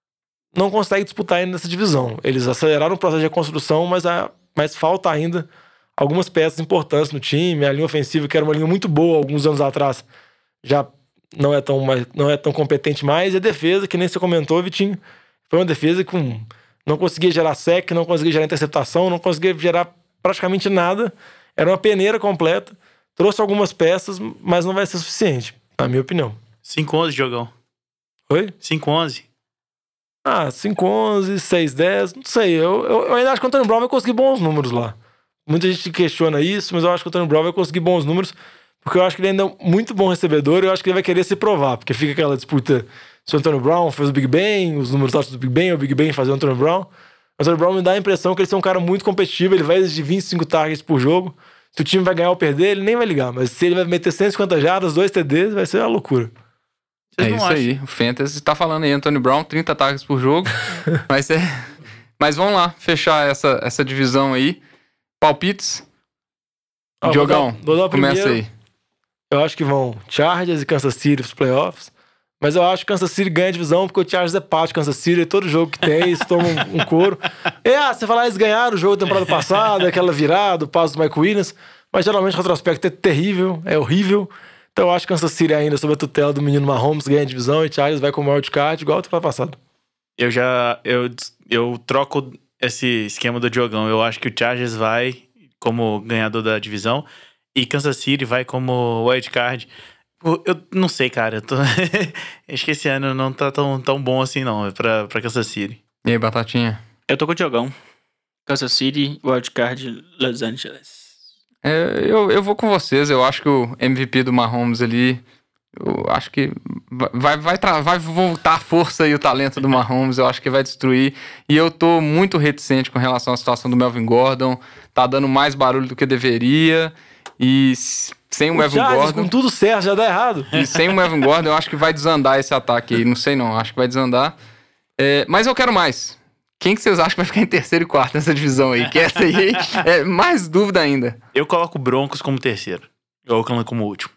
não consegue disputar ainda nessa divisão. Eles aceleraram o processo de reconstrução, mas, a, mas falta ainda algumas peças importantes no time. A linha ofensiva, que era uma linha muito boa alguns anos atrás, já não é tão, mais, não é tão competente mais. E a defesa, que nem você comentou, Vitinho, foi uma defesa com... não conseguia gerar sec, não conseguia gerar interceptação, não conseguia gerar praticamente nada. Era uma peneira completa. Trouxe algumas peças, mas não vai ser suficiente, na minha opinião. cinco onze, jogão. Oi? cinco onze. Ah, cinco onze, seis dez, não sei. Eu, eu, eu ainda acho que o Antonio Brown vai conseguir bons números lá. Muita gente questiona isso, mas eu acho que o Antonio Brown vai conseguir bons números, porque eu acho que ele ainda é um muito bom recebedor e eu acho que ele vai querer se provar, porque fica aquela disputa se o Antonio Brown fez o Big Ben, os números altos do Big Ben, o Big Ben fazer o Antonio Brown. O Antonio Brown me dá a impressão que ele é um cara muito competitivo, ele vai exigir vinte e cinco targets por jogo. Se o time vai ganhar ou perder, ele nem vai ligar, mas se ele vai meter cento e cinquenta jardas, dois T Ds, vai ser uma loucura. É isso aí. O Fantasy tá falando aí, Antonio Brown, trinta targets por jogo. Vai ser... Mas vamos lá, fechar essa, essa divisão aí. Palpites? Ó, Diogão, vou dar- vou dar o começa primeiro. aí. Eu acho que vão Chargers e Kansas City pros playoffs. Mas eu acho que Kansas City ganha a divisão porque o Chargers é parte de Kansas City. E todo jogo que tem, eles tomam um, um couro. E ah, você fala, ah, eles ganharam o jogo da temporada passada, aquela virada, o passo do Mike Williams. Mas geralmente o retrospecto é terrível, é horrível. Então eu acho que Kansas City ainda, sob a tutela do menino Mahomes, ganha a divisão e Chargers vai com o wildcard, igual a temporada passada. Eu já. Eu, eu troco esse esquema do Diogão. Eu acho que o Chargers vai como ganhador da divisão e Kansas City vai como wildcard. Eu não sei, cara. Eu tô... Acho que esse ano não tá tão, tão bom assim, não, pra, pra Kansas City. E aí, Batatinha? Eu tô com o Diogão. Kansas City, wildcard, Los Angeles. É, eu, eu vou com vocês. Eu acho que o M V P do Mahomes ali... Eu acho que vai, vai, tra- vai voltar a força e o talento do Mahomes. Eu acho que vai destruir. E eu tô muito reticente com relação à situação do Melvin Gordon. Tá dando mais barulho do que deveria. E sem o, O Melvin Chargers, Gordon... com tudo certo, já dá errado. E sem o Melvin Gordon, eu acho que vai desandar esse ataque aí. Não sei não, acho que vai desandar. É, mas eu quero mais. Quem que vocês acham que vai ficar em terceiro e quarto nessa divisão aí? Que essa aí é mais dúvida ainda. Eu coloco o Broncos como terceiro. E o Oakland como último.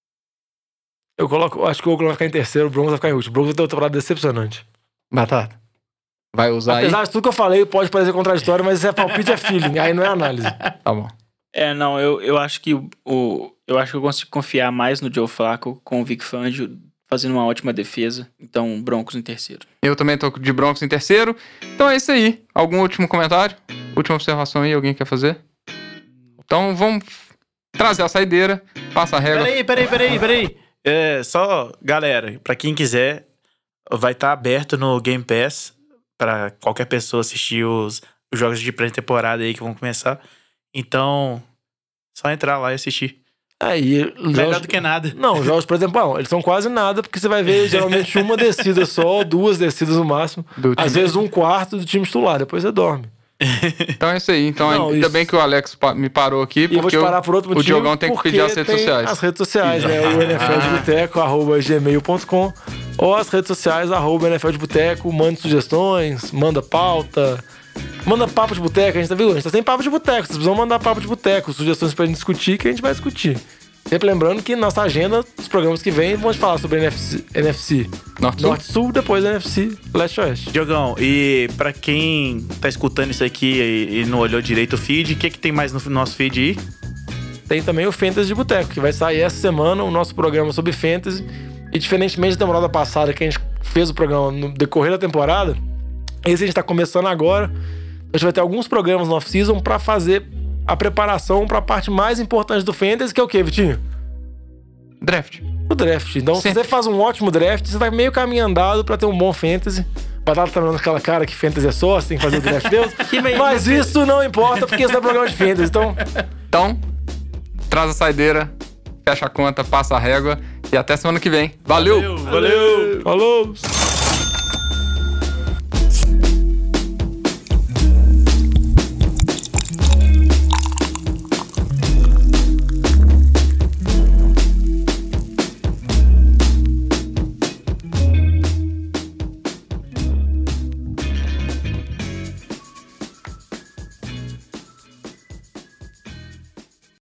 Eu coloco, acho que o Oakland vai ficar em terceiro, o Broncos vai ficar em último. O Broncos vai ter uma temporada decepcionante. Batata. Vai usar Apesar aí? de tudo que eu falei, pode parecer contraditório, mas esse é palpite, é feeling. Aí não é análise. Tá bom. É, não, eu, eu acho que o, o. Eu acho que eu consigo confiar mais no Joe Flacco com o Vic Fangio fazendo uma ótima defesa. Então, Broncos em terceiro. Eu também tô de Broncos em terceiro. Então é isso aí. Algum último comentário? Última observação aí? Alguém quer fazer? Então vamos trazer a saideira. Passa a regra. Peraí, peraí, peraí, peraí. É, só, galera, pra quem quiser, vai estar aberto no Game Pass pra qualquer pessoa assistir os, os jogos de pré-temporada aí que vão começar. Então, só entrar lá e assistir. Aí, Melhor jogos... do que nada. Não, jogos, por exemplo, não, eles são quase nada, porque você vai ver geralmente uma descida só, duas descidas no máximo. Do Às time. vezes um quarto do time titular, depois você dorme. Então é isso aí. Então Não, ainda isso- bem que o Alex pa- me parou aqui. E eu vou Porque te parar por outro o, o motivo. Diogão tem que porque pedir as redes tem sociais. As redes sociais, né? O N F L de Boteco, arroba gmail ponto com, ou as redes sociais, arroba N F L de Boteco. Mande sugestões, manda pauta, manda papo de boteco. A gente tá vendo? A gente tá sem papo de boteco. Vocês precisam mandar papo de boteco, sugestões pra gente discutir, que a gente vai discutir. Sempre lembrando que nossa agenda, os programas que vêm, vão te falar sobre N F C, N F C Norte-Sul? Norte-Sul, depois N F C Leste-Oeste. Diogão, e pra quem tá escutando isso aqui e, e não olhou direito o feed, o que, que tem mais no nosso feed aí? Tem também o Fantasy de Boteco, que vai sair essa semana, o nosso programa sobre Fantasy. E diferentemente da temporada passada, que a gente fez o programa no decorrer da temporada, esse a gente tá começando agora. A gente vai ter alguns programas no off-season pra fazer a preparação pra parte mais importante do Fantasy, que é o quê, Vitinho? Draft. O draft. Então, Sempre. se você faz um ótimo draft, você tá meio caminho andado pra ter um bom Fantasy. Batata tá dando aquela cara que Fantasy é só, você tem que fazer o draft deles. Mas isso não importa, porque isso não é programa de Fantasy. Então, Então, traz a saideira, fecha a conta, passa a régua e até semana que vem. Valeu! Valeu! falou!